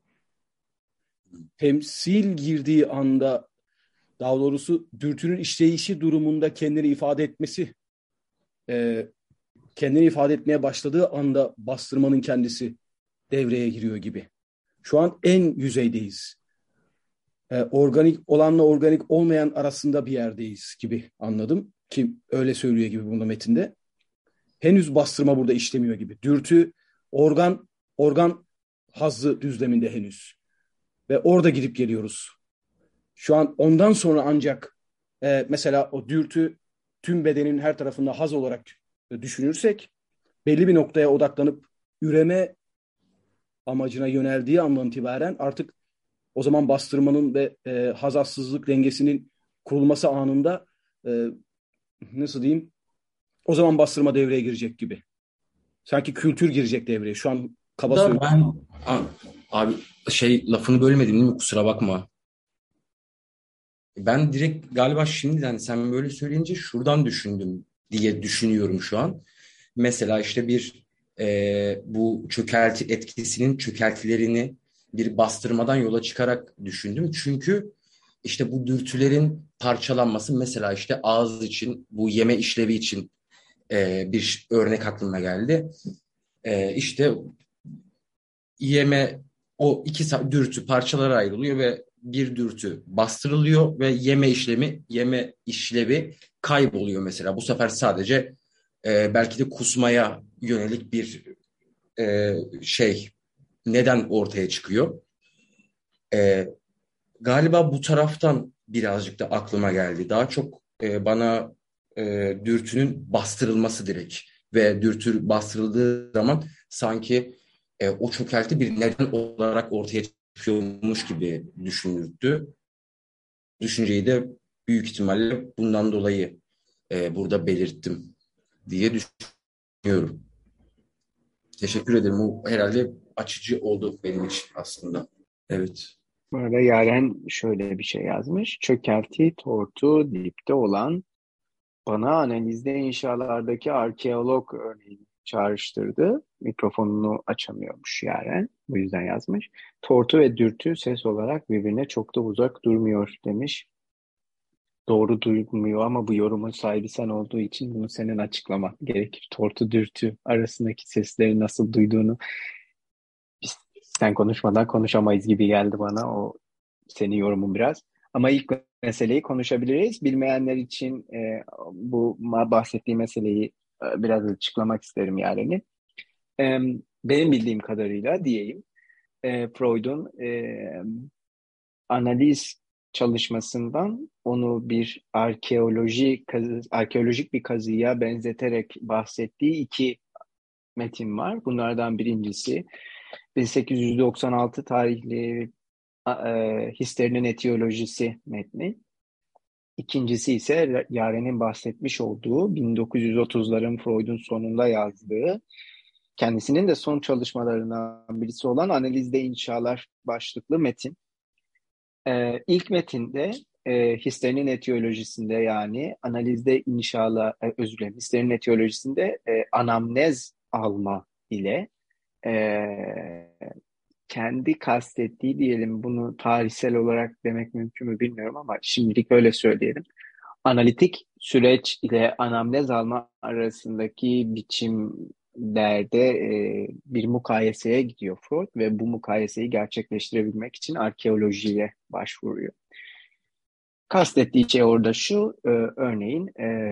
Temsil girdiği anda, daha doğrusu dürtünün işleyişi durumunda kendini ifade etmesi, kendini ifade etmeye başladığı anda bastırmanın kendisi devreye giriyor gibi. Şu an en yüzeydeyiz. Organik olanla organik olmayan arasında bir yerdeyiz gibi anladım. Ki öyle söylüyor gibi bunda metinde. Henüz bastırma burada işlemiyor gibi. Dürtü organ hazzı düzleminde henüz. Ve orada gidip geliyoruz. Şu an ondan sonra ancak mesela o dürtü tüm bedenin her tarafında haz olarak düşünürsek belli bir noktaya odaklanıp üreme amacına yöneldiği andan itibaren artık o zaman bastırmanın ve hazatsızlık dengesinin kurulması anında nasıl diyeyim, o zaman bastırma devreye girecek gibi. Sanki kültür girecek devreye. Şu an kaba Da söylüyorum. abi lafını bölmedim değil mi? Kusura bakma. Ben direkt galiba şimdiden sen böyle söyleyince şuradan düşündüm diye düşünüyorum şu an. Mesela işte bu çökelti etkisinin çökeltilerini bir bastırmadan yola çıkarak düşündüm. Çünkü işte bu dürtülerin parçalanması mesela işte ağız için bu yeme işlevi için bir örnek aklıma geldi. İşte yeme o dürtü parçalara ayrılıyor ve bir dürtü bastırılıyor ve yeme işlevi kayboluyor mesela. Bu sefer sadece belki de kusmaya yönelik bir şey neden ortaya çıkıyor. E, Galiba bu taraftan birazcık da aklıma geldi. Daha çok bana dürtünün bastırılması direkt ve dürtü bastırıldığı zaman sanki o çökelti bir neden olarak ortaya çıkıyormuş gibi düşünürdü. Düşünceyi de büyük ihtimalle bundan dolayı burada belirttim diye düşünüyorum. Teşekkür ederim. O herhalde açıcı oldu benim için aslında. Evet. Bu arada Yaren şöyle bir şey yazmış. Çökelti tortu dipte olan bana analizde inşalardaki arkeolog örneğini çağrıştırdı. Mikrofonunu açamıyormuş Yaren. Bu yüzden yazmış. Tortu ve dürtü ses olarak birbirine çok da uzak durmuyor demiş. Doğru duyulmuyor ama bu yorumun sahibi sen olduğu için bunu senin açıklaman gerekir. Tortu dürtü arasındaki sesleri nasıl duyduğunu biz sen konuşmadan konuşamayız gibi geldi bana. O senin yorumun biraz. Ama ilk meseleyi konuşabiliriz. Bilmeyenler için bu bahsettiğim meseleyi biraz açıklamak isterim yani. E, Benim bildiğim kadarıyla diyeyim, Freud'un analiz çalışmasından onu bir arkeolojik bir kazıya benzeterek bahsettiği iki metin var. Bunlardan birincisi 1896 tarihli Histerinin Etiyolojisi metni. İkincisi ise Yaren'in bahsetmiş olduğu 1930'ların Freud'un sonunda yazdığı kendisinin de son çalışmalarından birisi olan Analizde İnşalar başlıklı metin. İlk metinde histerinin etiyolojisinde yani analizde özür dilerim, histerinin etiyolojisinde anamnez alma ile e, kendi kastettiği diyelim bunu tarihsel olarak demek mümkün mü bilmiyorum ama şimdilik öyle söyleyelim. Analitik süreç ile anamnez alma arasındaki biçimlerde bir mukayeseye gidiyor Freud ve bu mukayeseyi gerçekleştirebilmek için arkeolojiye başvuruyor. Kastettiği şey orada şu, örneğin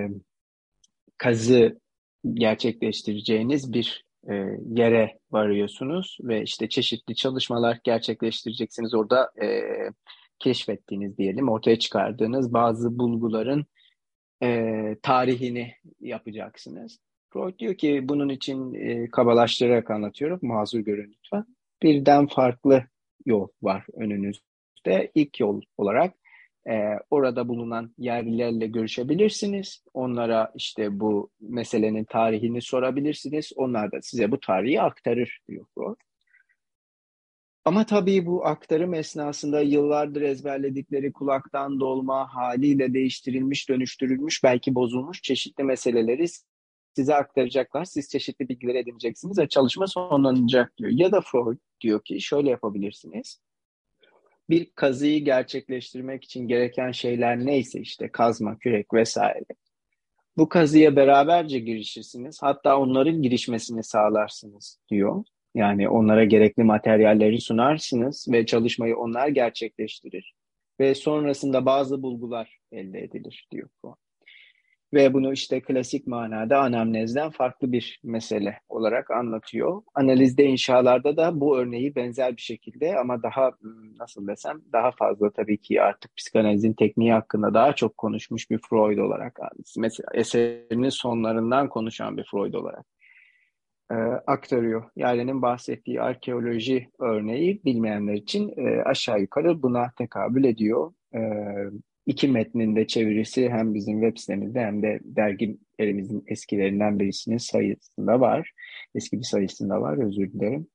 kazı gerçekleştireceğiniz bir yere varıyorsunuz ve işte çeşitli çalışmalar gerçekleştireceksiniz. Orada keşfettiğiniz diyelim, ortaya çıkardığınız bazı bulguların tarihini yapacaksınız. Freud diyor ki bunun için kabalaştırarak anlatıyorum. Mazur görün lütfen. Birden farklı yol var önünüzde. İlk yol olarak orada bulunan yerlilerle görüşebilirsiniz. Onlara işte bu meselenin tarihini sorabilirsiniz. Onlar da size bu tarihi aktarır diyor Freud. Ama tabii bu aktarım esnasında yıllardır ezberledikleri kulaktan dolma haliyle değiştirilmiş, dönüştürülmüş, belki bozulmuş çeşitli meseleleri size aktaracaklar. Siz çeşitli bilgiler edineceksiniz ve çalışma sonlanacak diyor. Ya da Freud diyor ki şöyle yapabilirsiniz. Bir kazıyı gerçekleştirmek için gereken şeyler neyse işte kazma, kürek vesaire. Bu kazıya beraberce girişirsiniz. Hatta onların girişmesini sağlarsınız diyor. Yani onlara gerekli materyalleri sunarsınız ve çalışmayı onlar gerçekleştirir. Ve sonrasında bazı bulgular elde edilir diyor bu. Ve bunu işte klasik manada anamnezden farklı bir mesele olarak anlatıyor. Analizde inşalarda da bu örneği benzer bir şekilde ama daha nasıl desem daha fazla tabii ki artık psikanalizin tekniği hakkında daha çok konuşmuş bir Freud olarak mesela eserinin sonlarından konuşan bir Freud olarak aktarıyor. Yale'nin bahsettiği arkeoloji örneği bilmeyenler için aşağı yukarı buna tekabül ediyor. İki metnin de çevirisi hem bizim web sitemizde hem de dergilerimizin eskilerinden birisinin sayısında var. Eski bir sayısında var, özür dilerim.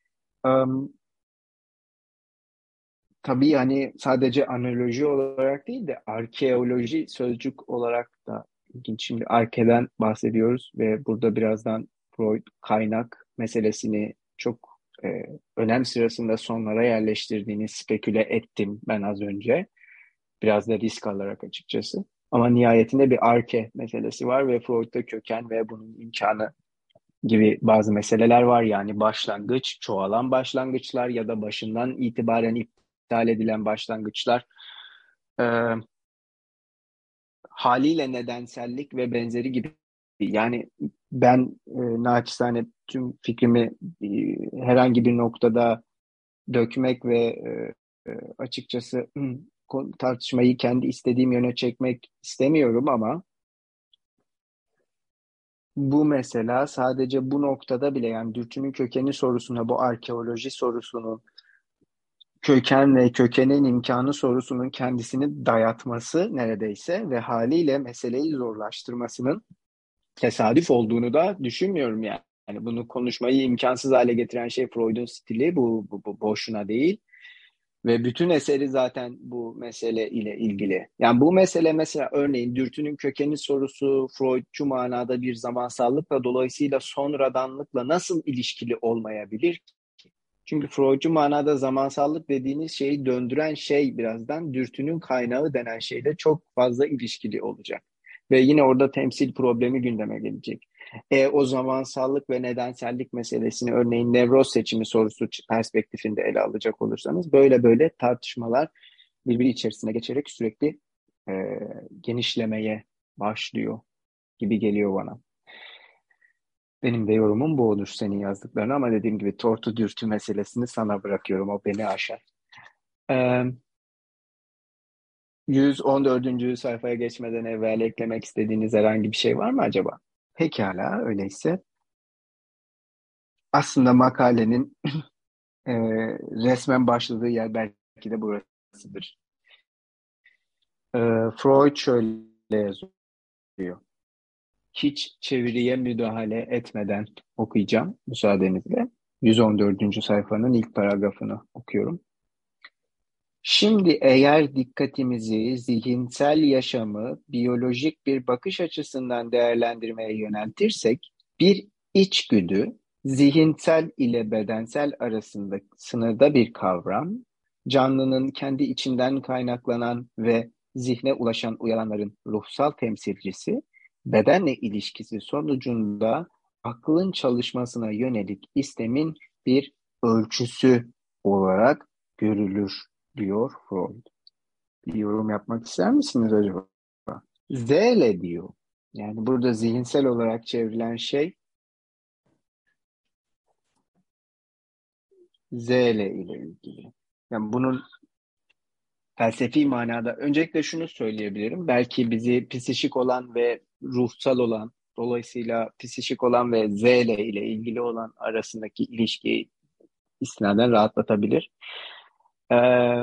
Tabii hani sadece analoji olarak değil de arkeoloji sözcük olarak da ilginç. Şimdi arkeden bahsediyoruz ve burada birazdan Freud kaynak meselesini çok önem sırasında sonlara yerleştirdiğini speküle ettim ben az önce. Biraz da risk alarak açıkçası. Ama nihayetinde bir arke meselesi var ve Freud'da köken ve bunun imkanı gibi bazı meseleler var. Yani başlangıç, çoğalan başlangıçlar ya da başından itibaren iptal edilen başlangıçlar. Haliyle nedensellik ve benzeri gibi. Yani ben naçizane tüm fikrimi herhangi bir noktada dökmek ve açıkçası tartışmayı kendi istediğim yöne çekmek istemiyorum ama bu mesela sadece bu noktada bile yani dürtünün kökeni sorusuna bu arkeoloji sorusunun köken ve kökenin imkanı sorusunun kendisini dayatması neredeyse ve haliyle meseleyi zorlaştırmasının tesadüf olduğunu da düşünmüyorum yani. Yani bunu konuşmayı imkansız hale getiren şey Freud'un stili bu boşuna değil. Ve bütün eseri zaten bu mesele ile ilgili. Yani bu mesele mesela örneğin dürtünün kökeni sorusu Freudçu manada bir zamansallıkla dolayısıyla sonradanlıkla nasıl ilişkili olmayabilir ki? Çünkü Freudçu manada zamansallık dediğiniz şeyi döndüren şey birazdan dürtünün kaynağı denen şeyle çok fazla ilişkili olacak. Ve yine orada temsil problemi gündeme gelecek. O zamansallık ve nedensellik meselesini örneğin nevroz seçimi sorusu perspektifinde ele alacak olursanız böyle böyle tartışmalar birbiri içerisine geçerek sürekli genişlemeye başlıyor gibi geliyor bana. Benim de yorumum bu olur senin yazdıklarına ama dediğim gibi tortu dürtü meselesini sana bırakıyorum. O beni aşar. 114. sayfaya geçmeden evvel eklemek istediğiniz herhangi bir şey var mı acaba? Pekala, öyleyse. Aslında makalenin resmen başladığı yer belki de burasıdır. Freud şöyle yazıyor. Hiç çeviriye müdahale etmeden okuyacağım müsaadenizle. 114. sayfanın ilk paragrafını okuyorum. Şimdi eğer dikkatimizi zihinsel yaşamı biyolojik bir bakış açısından değerlendirmeye yöneltirsek, bir içgüdü, zihinsel ile bedensel arasında sınırda bir kavram, canlının kendi içinden kaynaklanan ve zihne ulaşan uyaranların ruhsal temsilcisi, bedenle ilişkisi sonucunda aklın çalışmasına yönelik istemin bir ölçüsü olarak görülür diyor Freud. Bir yorum yapmak ister misiniz acaba? Z'le diyor. Yani burada zihinsel olarak çevrilen şey Z'le ile ilgili. Yani bunun felsefi manada öncelikle şunu söyleyebilirim. Belki bizi psişik olan ve ruhsal olan Dolayısıyla psişik olan ve ZL ile ilgili olan arasındaki ilişkiyi istinaden rahatlatabilir. Ee,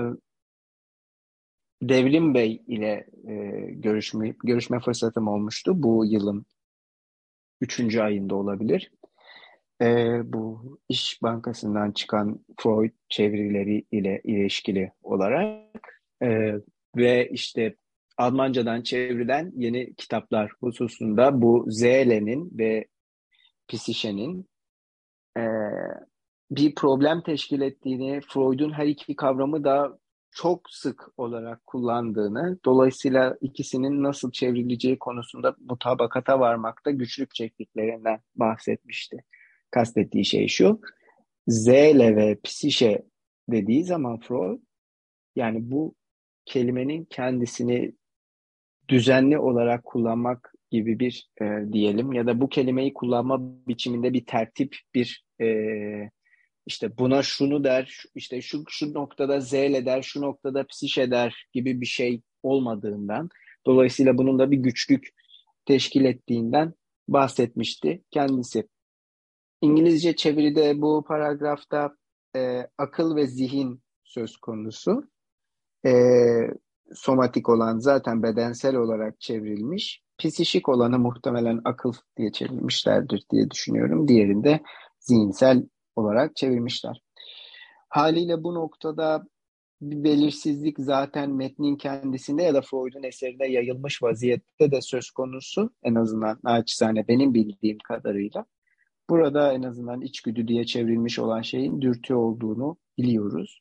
Devrim Bey ile görüşme fırsatım olmuştu. Bu yılın 3. ayında olabilir. Bu İş Bankası'ndan çıkan Freud çevirileri ile ilişkili olarak ve işte Almancadan çevrilen yeni kitaplar hususunda bu Zehle'nin ve Psişe'nin e, bir problem teşkil ettiğini, Freud'un her iki kavramı da çok sık olarak kullandığını, dolayısıyla ikisinin nasıl çevrileceği konusunda mutabakata varmakta güçlük çektiklerinden bahsetmişti. Kastettiği şey şu, zele ve psişe dediği zaman Freud, yani bu kelimenin kendisini düzenli olarak kullanmak gibi bir diyelim ya da bu kelimeyi kullanma biçiminde bir tertip, bir işte buna şunu der, işte şu noktada zele der, şu noktada psişe der gibi bir şey olmadığından, dolayısıyla bunun da bir güçlük teşkil ettiğinden bahsetmişti kendisi. İngilizce çeviride bu paragrafta akıl ve zihin söz konusu. E, Somatik olan zaten bedensel olarak çevrilmiş. Psişik olanı muhtemelen akıl diye çevirmişlerdir diye düşünüyorum. Diğerini de zihinsel olarak çevirmişler. Haliyle bu noktada bir belirsizlik zaten metnin kendisinde ya da Freud'un eserine yayılmış vaziyette de söz konusu. En azından naçizane benim bildiğim kadarıyla. Burada en azından içgüdü diye çevrilmiş olan şeyin dürtü olduğunu biliyoruz.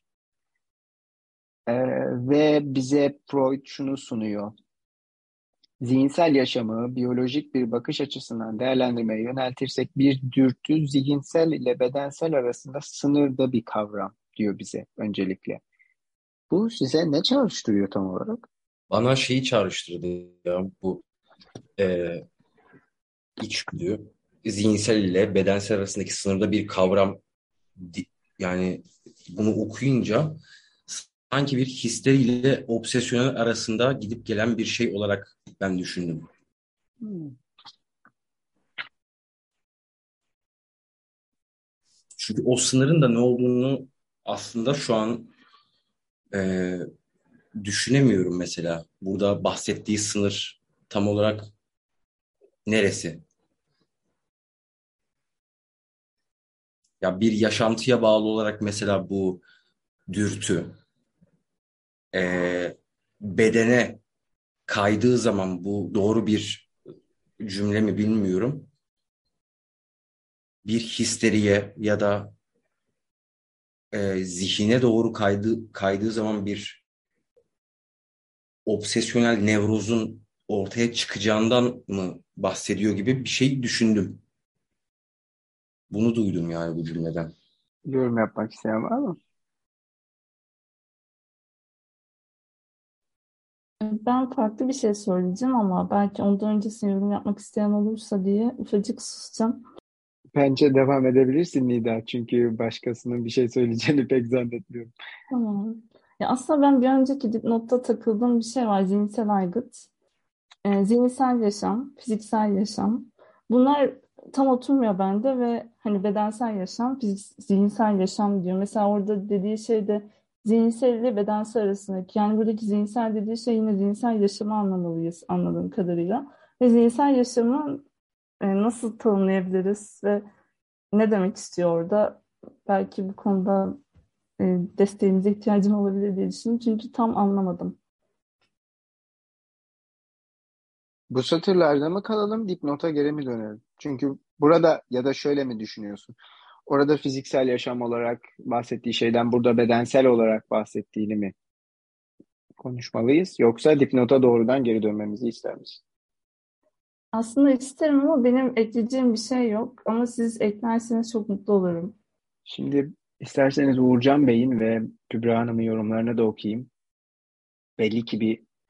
Ve bize Freud şunu sunuyor. Zihinsel yaşamı biyolojik bir bakış açısından değerlendirmeye yöneltirsek bir dürtü zihinsel ile bedensel arasında sınırda bir kavram diyor bize öncelikle. Bu size ne çağrıştırıyor tam olarak? Bana şeyi çağrıştırdı ya, bu e, içgüdü, zihinsel ile bedensel arasındaki sınırda bir kavram. Yani bunu okuyunca sanki bir histeriyle obsesyonel arasında gidip gelen bir şey olarak ben düşündüm. Çünkü o sınırın da ne olduğunu aslında şu an e, düşünemiyorum mesela. Burada bahsettiği sınır tam olarak neresi? Ya bir yaşantıya bağlı olarak mesela bu dürtü bedene kaydığı zaman, bu doğru bir cümle mi bilmiyorum, bir histeriye ya da zihine doğru kaydığı zaman bir obsesyonel nevrozun ortaya çıkacağından mı bahsediyor gibi bir şey düşündüm. Bunu duydum yani bu cümleden. Yorum yapmak isteyen var mı? Ben farklı bir şey söyleyeceğim ama belki ondan öncesine yorum yapmak isteyen olursa diye ufacık susacağım. Bence devam edebilirsin Nida. Çünkü başkasının bir şey söyleyeceğini pek zannetmiyorum. Tamam. Ya aslında ben bir önceki dipnotta takıldığım bir şey var. Zihinsel aygıt, zihinsel yaşam, fiziksel yaşam. Bunlar tam oturmuyor bende ve hani bedensel yaşam, zihinsel yaşam diyor. Mesela orada dediği şey de zihinsel ile bedensel arasındaki. Yani buradaki zihinsel dediği şey yine zihinsel yaşamı anlamalıyız anladığım kadarıyla. Ve zihinsel yaşamı nasıl tanımlayabiliriz ve ne demek istiyor orada? Belki bu konuda desteğinize ihtiyacım olabilir diye düşündüm. Çünkü tam anlamadım. Bu satırlarda mı kalalım, dipnota geri mi dönelim? Çünkü burada ya da şöyle mi düşünüyorsun? Orada fiziksel yaşam olarak bahsettiği şeyden burada bedensel olarak bahsettiğini mi konuşmalıyız? Yoksa dipnota doğrudan geri dönmemizi ister misin? Aslında isterim ama benim ekleyeceğim bir şey yok. Ama siz eklerseniz çok mutlu olurum. Şimdi isterseniz Uğurcan Bey'in ve Kübra Hanım'ın yorumlarını da okuyayım. Belli ki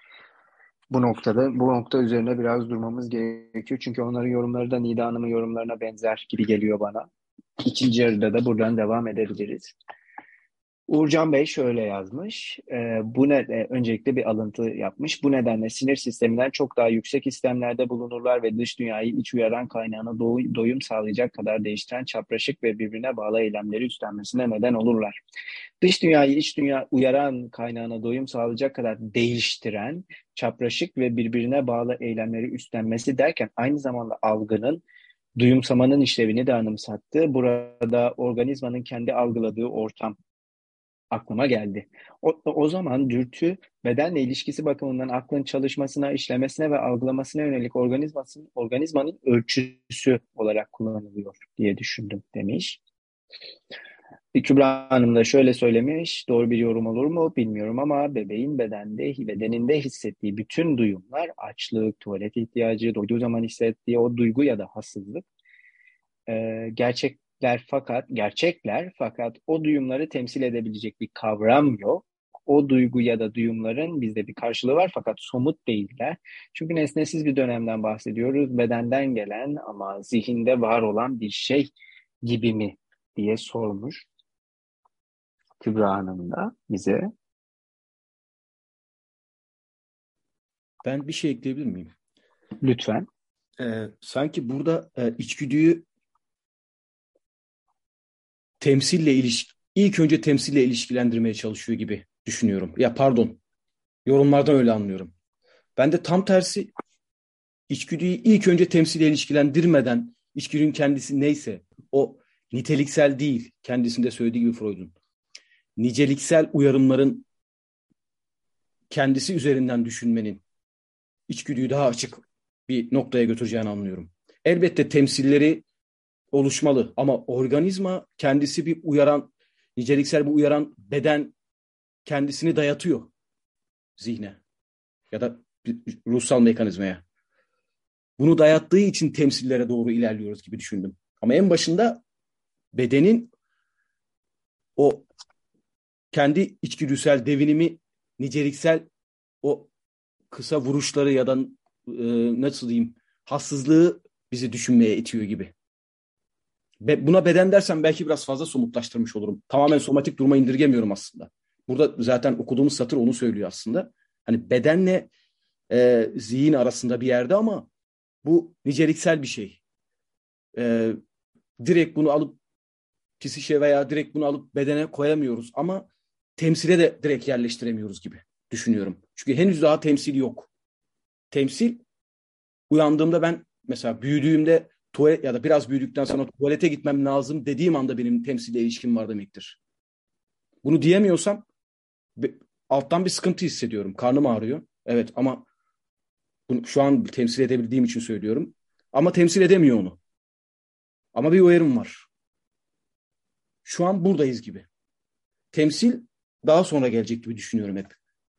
bu nokta üzerine biraz durmamız gerekiyor. Çünkü onların yorumları da Nida Hanım'ın yorumlarına benzer gibi geliyor bana. İkinci yarıda da buradan devam edebiliriz. Uğurcan Bey şöyle yazmış. Öncelikle bir alıntı yapmış. Bu nedenle sinir sisteminden çok daha yüksek istemlerde bulunurlar ve dış dünyayı iç uyaran kaynağına doyum sağlayacak kadar değiştiren çapraşık ve birbirine bağlı eylemleri üstlenmesine neden olurlar. Dış dünyayı iç dünya uyaran kaynağına doyum sağlayacak kadar değiştiren, çapraşık ve birbirine bağlı eylemleri üstlenmesi derken aynı zamanda algının, duyumsamanın işlevini de anımsattı. Burada organizmanın kendi algıladığı ortam aklıma geldi. O zaman dürtü bedenle ilişkisi bakımından aklın çalışmasına, işlemesine ve algılamasına yönelik organizmanın ölçüsü olarak kullanılıyor diye düşündüm demiş. Kübra Hanım da şöyle söylemiş, doğru bir yorum olur mu bilmiyorum ama bebeğin bedeninde hissettiği bütün duyumlar, açlık, tuvalet ihtiyacı, doyduğu zaman hissettiği o duygu ya da hassızlık, gerçekler fakat o duyumları temsil edebilecek bir kavram yok. O duygu ya da duyumların bizde bir karşılığı var fakat somut değiller. Çünkü nesnesiz bir dönemden bahsediyoruz. Bedenden gelen ama zihinde var olan bir şey gibi mi diye sormuş Kübra Hanım da bize. Ben bir şey ekleyebilir miyim? Lütfen. Sanki burada içgüdüyü ilk önce temsille ilişkilendirmeye çalışıyor gibi düşünüyorum. Ya pardon, yorumlardan öyle anlıyorum. Ben de tam tersi, içgüdüyü ilk önce temsille ilişkilendirmeden içgüdünün kendisi neyse o niteliksel değil, kendisinde söylediği gibi Freud'un niceliksel uyarımların kendisi üzerinden düşünmenin içgüdüyü daha açık bir noktaya götüreceğini anlıyorum. Elbette temsilleri oluşmalı ama organizma kendisi bir uyaran, niceliksel bir uyaran beden kendisini dayatıyor zihne ya da bir ruhsal mekanizmaya. Bunu dayattığı için temsillere doğru ilerliyoruz gibi düşündüm. Ama en başında bedenin o kendi içgüdüsel devinimi, niceliksel o kısa vuruşları ya da nasıl diyeyim, hassızlığı bizi düşünmeye itiyor gibi. Buna beden dersem belki biraz fazla somutlaştırmış olurum. Tamamen somatik duruma indirgemiyorum aslında. Burada zaten okuduğumuz satır onu söylüyor aslında. Hani bedenle zihin arasında bir yerde ama bu niceliksel bir şey. Direkt bunu alıp psişe veya direkt bunu alıp bedene koyamıyoruz ama temsile de direkt yerleştiremiyoruz gibi düşünüyorum. Çünkü henüz daha temsil yok. Temsil, uyandığımda ben mesela büyüdüğümde tuvalet ya da biraz büyüdükten sonra tuvalete gitmem lazım dediğim anda benim temsille ilişkim var demektir. Bunu diyemiyorsam alttan bir sıkıntı hissediyorum. Karnım ağrıyor. Evet ama bunu şu an temsil edebildiğim için söylüyorum. Ama temsil edemiyor onu. Ama bir uyarım var. Şu an buradayız gibi. Temsil daha sonra gelecek gibi düşünüyorum hep.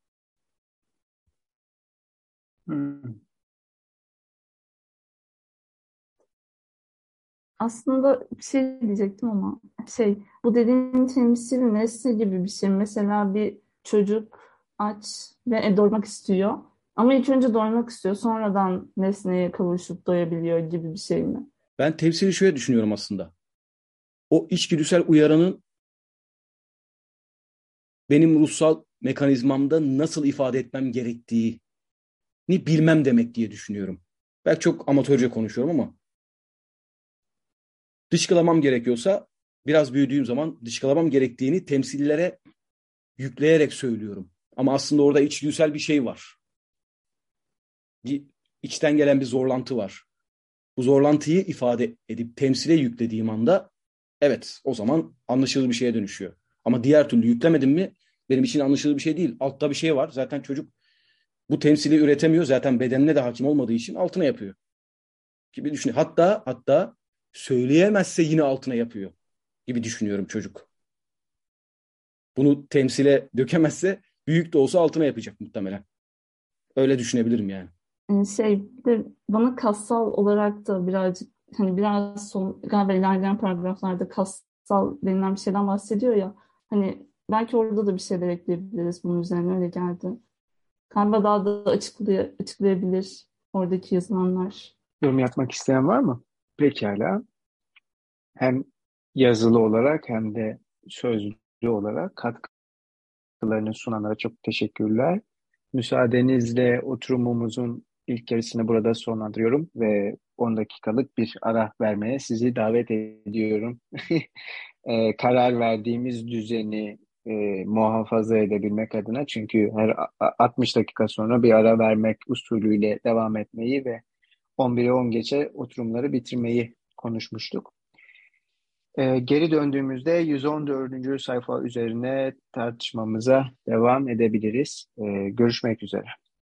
Aslında bir şey diyecektim ama bu dediğin temsil nesne gibi bir şey. Mesela bir çocuk aç ve doymak istiyor. Ama ilk önce doymak istiyor. Sonradan nesneye kavuşup doyabiliyor gibi bir şey mi? Ben temsili şöyle düşünüyorum aslında. O içgüdüsel uyaranın benim ruhsal mekanizmamda nasıl ifade etmem gerektiğini bilmem demek diye düşünüyorum. Belki çok amatörce konuşuyorum ama dışkılamam gerekiyorsa biraz büyüdüğüm zaman dışkılamam gerektiğini temsillere yükleyerek söylüyorum. Ama aslında orada içgüdüsel bir şey var. Bir içten gelen bir zorlantı var. Bu zorlantıyı ifade edip temsile yüklediğim anda evet o zaman anlaşılır bir şeye dönüşüyor. Ama diğer türlü yüklemedim mi benim için anlaşılır bir şey değil. Altta bir şey var. Zaten çocuk bu temsili üretemiyor. Zaten bedenine de hakim olmadığı için altına yapıyor gibi düşünüyor. Hatta söyleyemezse yine altına yapıyor gibi düşünüyorum çocuk. Bunu temsile dökemezse büyük de olsa altına yapacak muhtemelen. Öyle düşünebilirim yani. Bir de bana kassal olarak da birazcık biraz galiba ilerleyen paragraflarda kassal denilen bir şeyden bahsediyor ya. Hani belki orada da bir şeyler ekleyebiliriz bunun üzerine, öyle geldi. Galiba daha da açıklayabilir oradaki yazılanlar. Yorum yapmak isteyen var mı? Pekala. Hem yazılı olarak hem de sözlü olarak katkılarını sunanlara çok teşekkürler. Müsaadenizle oturumumuzun ilk yarısını burada sonlandırıyorum ve 10 dakikalık bir ara vermeye sizi davet ediyorum. Karar verdiğimiz düzeni muhafaza edebilmek adına, çünkü her 60 dakika sonra bir ara vermek usulüyle devam etmeyi ve 11'e 10 geçe oturumları bitirmeyi konuşmuştuk. Geri döndüğümüzde 114. sayfa üzerine tartışmamıza devam edebiliriz. Görüşmek üzere.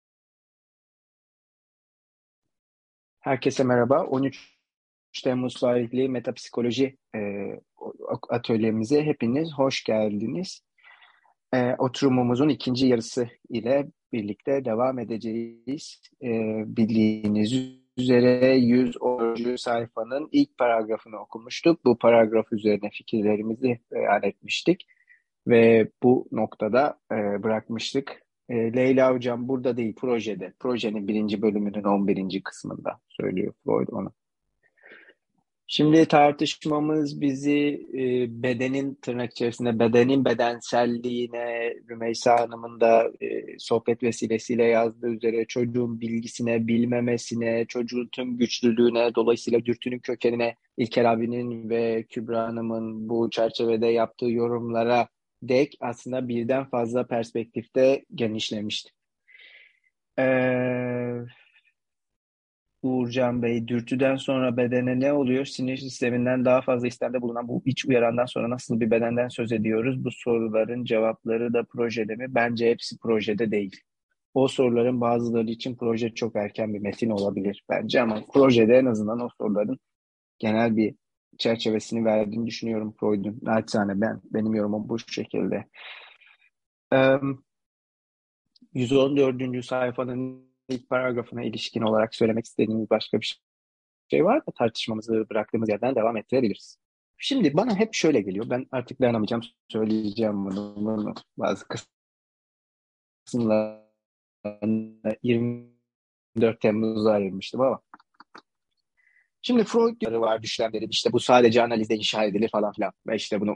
Herkese merhaba. 13 Temmuz tarihli metapsikoloji atölyemize hepiniz hoş geldiniz. Oturumumuzun ikinci yarısı ile birlikte devam edeceğiz. Bildiğiniz üzere 110. sayfanın ilk paragrafını okumuştuk. Bu paragraf üzerine fikirlerimizi beyan etmiştik ve bu noktada bırakmıştık. Leyla Hocam burada değil, projede. Projenin 1. bölümünün 11. kısmında söylüyor Freud onu. Şimdi tartışmamız bizi bedenin, tırnak içerisinde bedenin bedenselliğine, Rümeysa Hanım'ın da sohbet vesilesiyle yazdığı üzere çocuğun bilgisine, bilmemesine, çocuğun tüm güçlülüğüne, dolayısıyla dürtünün kökenine, İlker abinin ve Kübra Hanım'ın bu çerçevede yaptığı yorumlara dek aslında birden fazla perspektifte genişlemişti. Uğurcan Bey, dürtüden sonra bedene ne oluyor? Sinir sisteminden daha fazla istemde bulunan bu iç uyarandan sonra nasıl bir bedenden söz ediyoruz? Bu soruların cevapları da projede mi? Bence hepsi projede değil. O soruların bazıları için proje çok erken bir metin olabilir bence, ama projede en azından o soruların genel bir çerçevesini verdiğini düşünüyorum Freud'un. Naçizane benim yorumum bu şekilde. 114. sayfanın ilk paragrafına ilişkin olarak söylemek istediğiniz başka bir şey var mı? Tartışmamızı bıraktığımız yerden devam ettirebiliriz. Şimdi bana hep şöyle geliyor. Ben artık dayanamayacağım. Söyleyeceğim bunu. Bazı kısımlarını 24 Temmuz'da ayırmıştım ama. Şimdi Freud var, düşlemleri. İşte bu sadece analizde inşa edilir falan filan. Ve işte bunu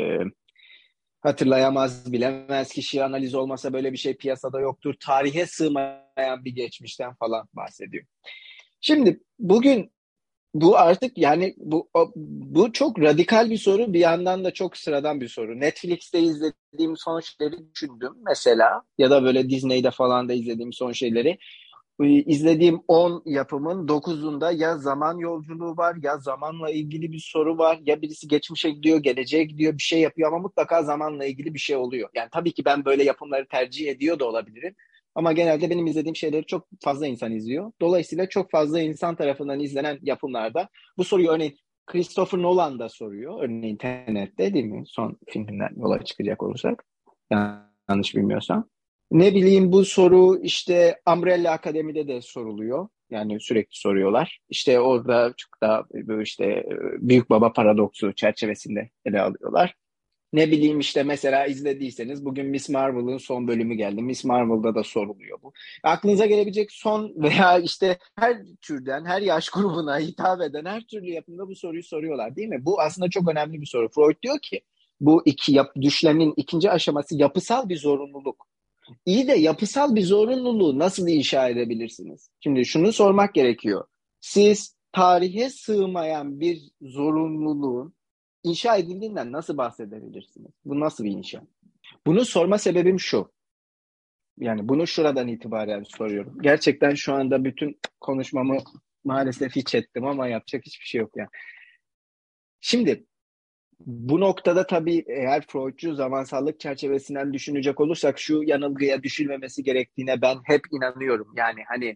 hatırlayamaz, bilemez kişi, analiz olmasa böyle bir şey piyasada yoktur. Tarihe sığmayan bir geçmişten falan bahsediyor. Şimdi bugün bu artık yani bu çok radikal bir soru, bir yandan da çok sıradan bir soru. Netflix'te izlediğim son şeyleri düşündüm mesela, ya da böyle Disney'de falan da izlediğim son şeyleri. İzlediğim 10 yapımın 9'unda ya zaman yolculuğu var, ya zamanla ilgili bir soru var, ya birisi geçmişe gidiyor, geleceğe gidiyor, bir şey yapıyor ama mutlaka zamanla ilgili bir şey oluyor. Yani tabii ki ben böyle yapımları tercih ediyor da olabilirim. Ama genelde benim izlediğim şeyleri çok fazla insan izliyor. Dolayısıyla çok fazla insan tarafından izlenen yapımlarda bu soruyu örneğin Christopher Nolan da soruyor. Örneğin Tenet'te, değil mi? Son filminden yola çıkacak olursak. Yanlış bilmiyorsam. Ne bileyim, bu soru işte Umbrella Akademi'de de soruluyor. Yani sürekli soruyorlar. İşte orada çok da işte Büyük Baba paradoksu çerçevesinde ele alıyorlar. Ne bileyim işte mesela izlediyseniz bugün Miss Marvel'ın son bölümü geldi. Miss Marvel'da da soruluyor bu. Aklınıza gelebilecek son veya işte her türden, her yaş grubuna hitap eden her türlü yapımda bu soruyu soruyorlar, değil mi? Bu aslında çok önemli bir soru. Freud diyor ki bu düşlemin ikinci aşaması yapısal bir zorunluluk. İyi de yapısal bir zorunluluğu nasıl inşa edebilirsiniz? Şimdi şunu sormak gerekiyor. Siz tarihe sığmayan bir zorunluluğun inşa edildiğinden nasıl bahsedebilirsiniz? Bu nasıl bir inşa? Bunu sorma sebebim şu. Yani bunu şuradan itibaren soruyorum. Gerçekten şu anda bütün konuşmamı maalesef hiç ettim ama yapacak hiçbir şey yok yani. Şimdi bu noktada tabii eğer Freudcu zamansallık çerçevesinden düşünecek olursak şu yanılgıya düşülmemesi gerektiğine ben hep inanıyorum. Yani hani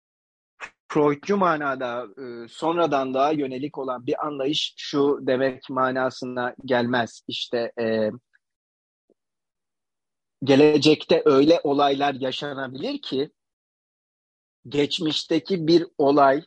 Freudcu manada sonradan daha yönelik olan bir anlayış şu demek manasına gelmez. İşte gelecekte öyle olaylar yaşanabilir ki geçmişteki bir olay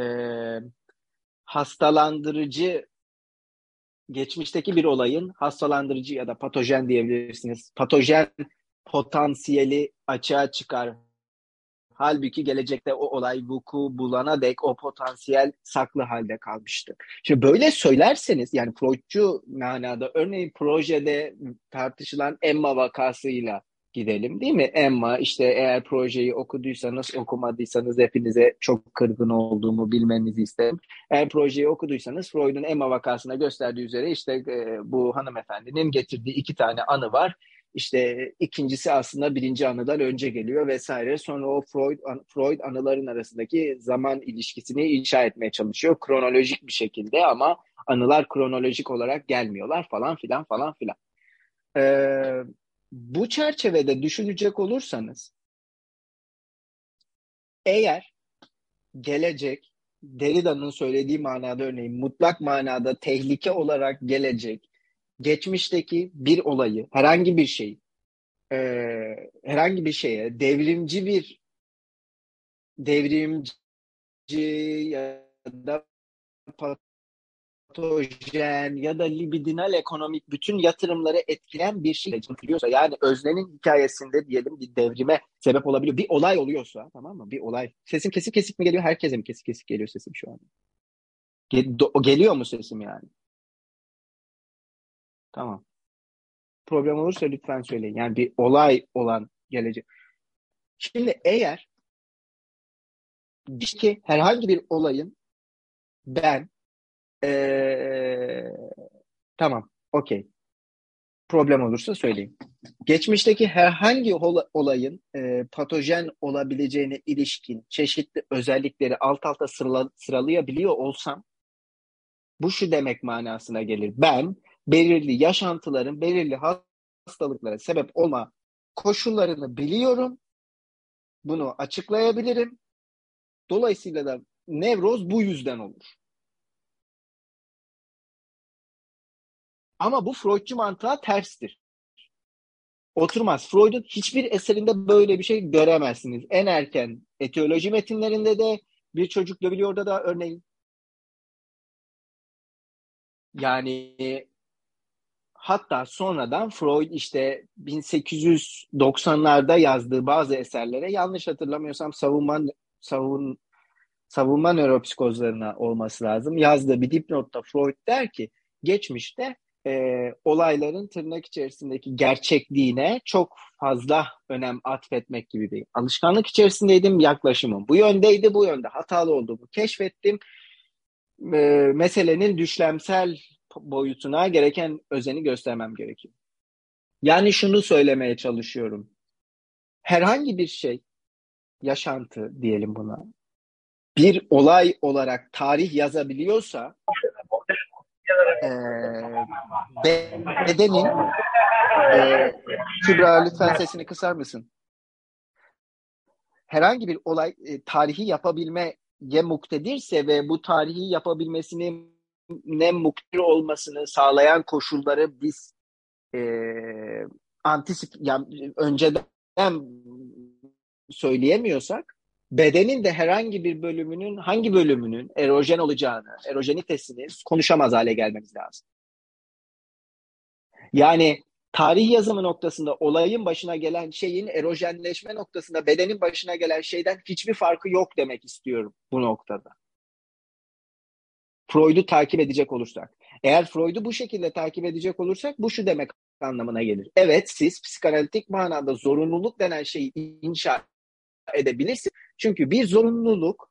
geçmişteki bir olayın hastalandırıcı ya da patojen diyebilirsiniz. Patojen potansiyeli açığa çıkar Halbuki gelecekte o olay vuku bulana dek o potansiyel saklı halde kalmıştı. Şimdi böyle söylerseniz, yani Freudcu manada, örneğin projede tartışılan Emma vakasıyla gidelim, değil mi? Emma, işte eğer projeyi okuduysanız, okumadıysanız hepinize çok kırgın olduğumu bilmenizi isterim. Eğer projeyi okuduysanız, Freud'un Emma vakasına gösterdiği üzere işte bu hanımefendinin getirdiği 2 tane anı var. İşte ikincisi aslında birinci anıdan önce geliyor vesaire. Sonra o Freud anıların arasındaki zaman ilişkisini inşa etmeye çalışıyor. Kronolojik bir şekilde, ama anılar kronolojik olarak gelmiyorlar falan filan falan filan. Bu çerçevede düşünecek olursanız, eğer gelecek, Derrida'nın söylediği manada, örneğin mutlak manada tehlike olarak gelecek, geçmişteki bir olayı, herhangi bir şeyi, herhangi bir şeye devrimci ya da patojen ya da libidinal ekonomik bütün yatırımları etkileyen bir şey biliyorsa, yani öznenin hikayesinde diyelim bir devrime sebep olabiliyor. Bir olay oluyorsa, tamam mı? Bir olay. Sesim kesik kesik mi geliyor? Herkese mi kesik kesik geliyor sesim şu an? Geliyor mu sesim yani? Tamam. Problem olursa lütfen söyleyin. Yani bir olay olan gelecek. Şimdi eğer ki herhangi bir olayın ben tamam, okey. Problem olursa söyleyin. Geçmişteki herhangi olayın patojen olabileceğine ilişkin çeşitli özellikleri alt alta sıralayabiliyor olsam, bu şu demek manasına gelir: ben belirli yaşantıların belirli hastalıklara sebep olma koşullarını biliyorum, bunu açıklayabilirim. Dolayısıyla da nevroz bu yüzden olur. Ama bu Freudcu mantığa terstir. Oturmaz. Freud'un hiçbir eserinde böyle bir şey göremezsiniz. En erken etiyoloji metinlerinde de, bir çocuk dövülüyor'da da örneğin. Yani hatta sonradan Freud işte 1890'larda yazdığı bazı eserlere, yanlış hatırlamıyorsam savunma nöropsikozlarına olması lazım, yazdığı bir dipnotta Freud der ki, geçmişte olayların tırnak içerisindeki gerçekliğine çok fazla önem atfetmek gibi bir alışkanlık içerisindeydim. Yaklaşımım bu yöndeydi, bu yönde hatalı olduğumu keşfettim. Meselenin düşlemsel boyutuna gereken özeni göstermem gerekiyor. Yani şunu söylemeye çalışıyorum. Herhangi bir şey, yaşantı diyelim buna, bir olay olarak tarih yazabiliyorsa, bedenin Kübra, lütfen sesini kısar mısın? Herhangi bir olay tarihi yapabilmeye muktedirse ve bu tarihi yapabilmesini ne muktedir olmasını sağlayan koşulları biz yani önceden söyleyemiyorsak, bedenin de herhangi bir bölümünün hangi bölümünün erojen olacağını, erojenitesini konuşamaz hale gelmemiz lazım. Yani tarih yazımı noktasında olayın başına gelen şeyin erojenleşme noktasında bedenin başına gelen şeyden hiçbir farkı yok demek istiyorum bu noktada. Freud'u takip edecek olursak. Eğer Freud'u bu şekilde takip edecek olursak, bu şu demek anlamına gelir: evet, siz psikanalitik manada zorunluluk denen şeyi inşa edebilirsiniz. Çünkü bir zorunluluk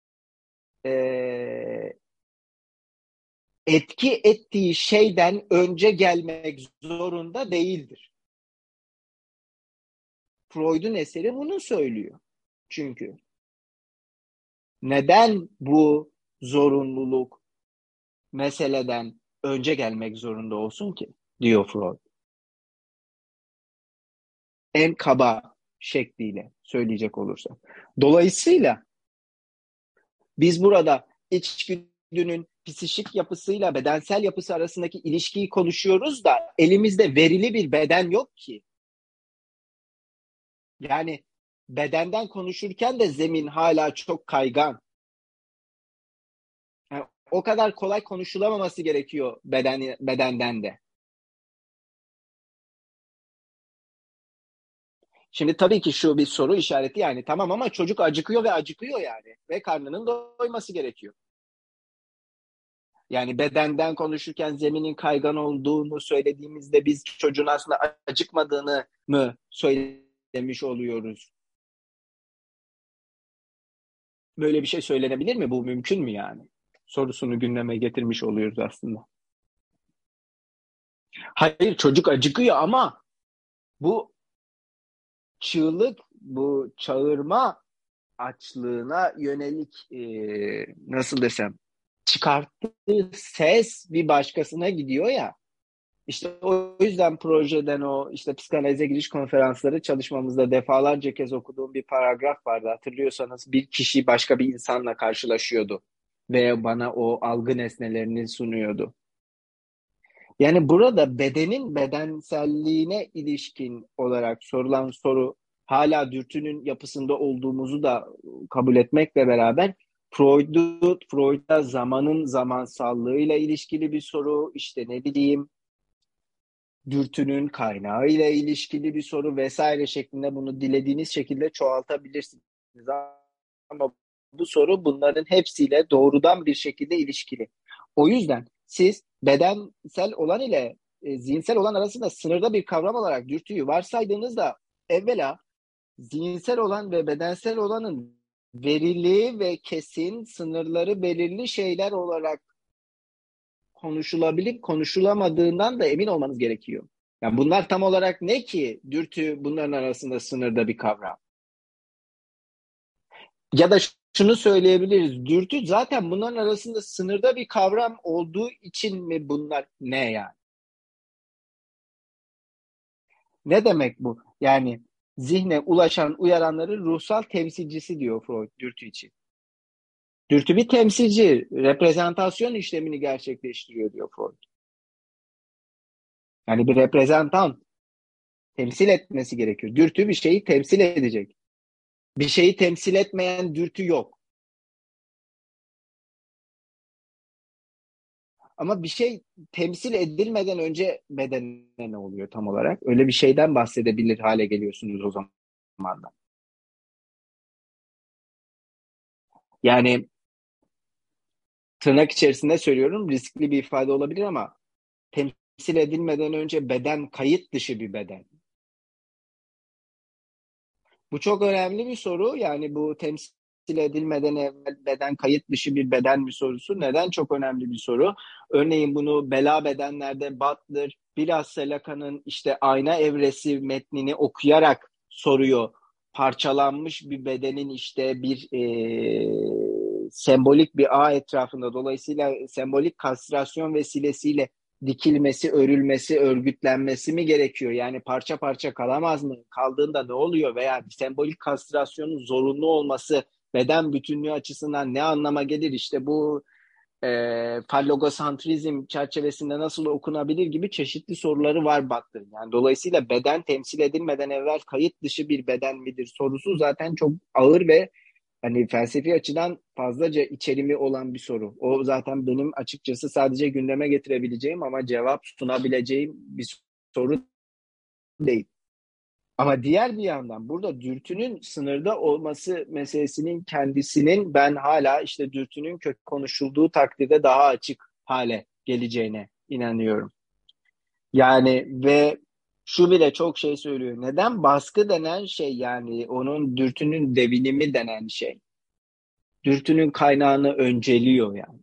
etki ettiği şeyden önce gelmek zorunda değildir. Freud'un eseri bunu söylüyor. Çünkü neden bu zorunluluk meseleden önce gelmek zorunda olsun ki, diyor Freud. En kaba şekliyle söyleyecek olursak. Dolayısıyla biz burada içgüdünün psikik yapısıyla bedensel yapısı arasındaki ilişkiyi konuşuyoruz da elimizde verili bir beden yok ki. Yani bedenden konuşurken de zemin hala çok kaygan. Yani o kadar kolay konuşulamaması gerekiyor bedenden de. Şimdi tabii ki şu bir soru işareti, yani tamam ama çocuk acıkıyor ve acıkıyor yani ve karnının doyması gerekiyor. Yani bedenden konuşurken zeminin kaygan olduğunu söylediğimizde biz çocuğun aslında acıkmadığını mı söylemiş oluyoruz? Böyle bir şey söylenebilir mi? Bu mümkün mü yani? Sorusunu gündeme getirmiş oluyoruz aslında. Hayır, çocuk acıkıyor ama bu çığlık, bu çağırma açlığına yönelik nasıl desem, çıkarttığı ses bir başkasına gidiyor ya. İşte o yüzden projeden o işte psikanalize giriş konferansları çalışmamızda defalarca kez okuduğum bir paragraf vardı. Hatırlıyorsanız bir kişi başka bir insanla karşılaşıyordu ve bana o algı nesnelerini sunuyordu. Yani burada bedenin bedenselliğine ilişkin olarak sorulan soru hala dürtünün yapısında olduğumuzu da kabul etmekle beraber Freud'da zamanın zamansallığıyla ilişkili bir soru, işte ne bileyim dürtünün kaynağıyla ilişkili bir soru vesaire şeklinde bunu dilediğiniz şekilde çoğaltabilirsiniz. Ama bu soru bunların hepsiyle doğrudan bir şekilde ilişkili. O yüzden siz bedensel olan ile zihinsel olan arasında sınırda bir kavram olarak dürtüyü varsaydığınızda evvela zihinsel olan ve bedensel olanın verili ve kesin sınırları belirli şeyler olarak konuşulabilip konuşulamadığından da emin olmanız gerekiyor. Yani bunlar tam olarak ne ki dürtü bunların arasında sınırda bir kavram? Ya da şunu söyleyebiliriz. Dürtü zaten bunların arasında sınırda bir kavram olduğu için mi bunlar ne yani? Ne demek bu? Yani zihne ulaşan uyaranların ruhsal temsilcisi diyor Freud dürtü için. Dürtü bir temsilci, reprezentasyon işlemini gerçekleştiriyor diyor Freud. Yani bir reprezentan temsil etmesi gerekiyor. Dürtü bir şeyi temsil edecek. Bir şeyi temsil etmeyen dürtü yok. Ama bir şey temsil edilmeden önce bedene ne oluyor tam olarak? Öyle bir şeyden bahsedebilir hale geliyorsunuz o zaman da. Yani tırnak içerisinde söylüyorum, riskli bir ifade olabilir ama temsil edilmeden önce beden kayıt dışı bir beden. Bu çok önemli bir soru. Yani bu temsil edilmeden evvel beden kayıt dışı bir beden mi sorusu. Neden çok önemli bir soru? Örneğin bunu bela bedenlerde Butler bilhassa Lacan'ın işte ayna evresi metnini okuyarak soruyor. Parçalanmış bir bedenin işte bir sembolik bir ağ etrafında, dolayısıyla sembolik kastrasyon vesilesiyle dikilmesi, örülmesi, örgütlenmesi mi gerekiyor? Yani parça parça kalamaz mı? Kaldığında ne oluyor? Veya sembolik kastrasyonun zorunlu olması beden bütünlüğü açısından ne anlama gelir? İşte bu fallogosantrizm çerçevesinde nasıl okunabilir gibi çeşitli soruları var Butler'ın. Yani dolayısıyla beden temsil edilmeden evvel kayıt dışı bir beden midir sorusu zaten çok ağır ve hani felsefi açıdan fazlaca içerimi olan bir soru. O zaten benim açıkçası sadece gündeme getirebileceğim ama cevap sunabileceğim bir soru değil. Ama diğer bir yandan burada dürtünün sınırda olması meselesinin kendisinin ben hala işte dürtünün kök konuşulduğu takdirde daha açık hale geleceğine inanıyorum. Yani ve şu bile çok şey söylüyor. Neden baskı denen şey, yani onun dürtünün devinimi denen şey dürtünün kaynağını önceliyor yani.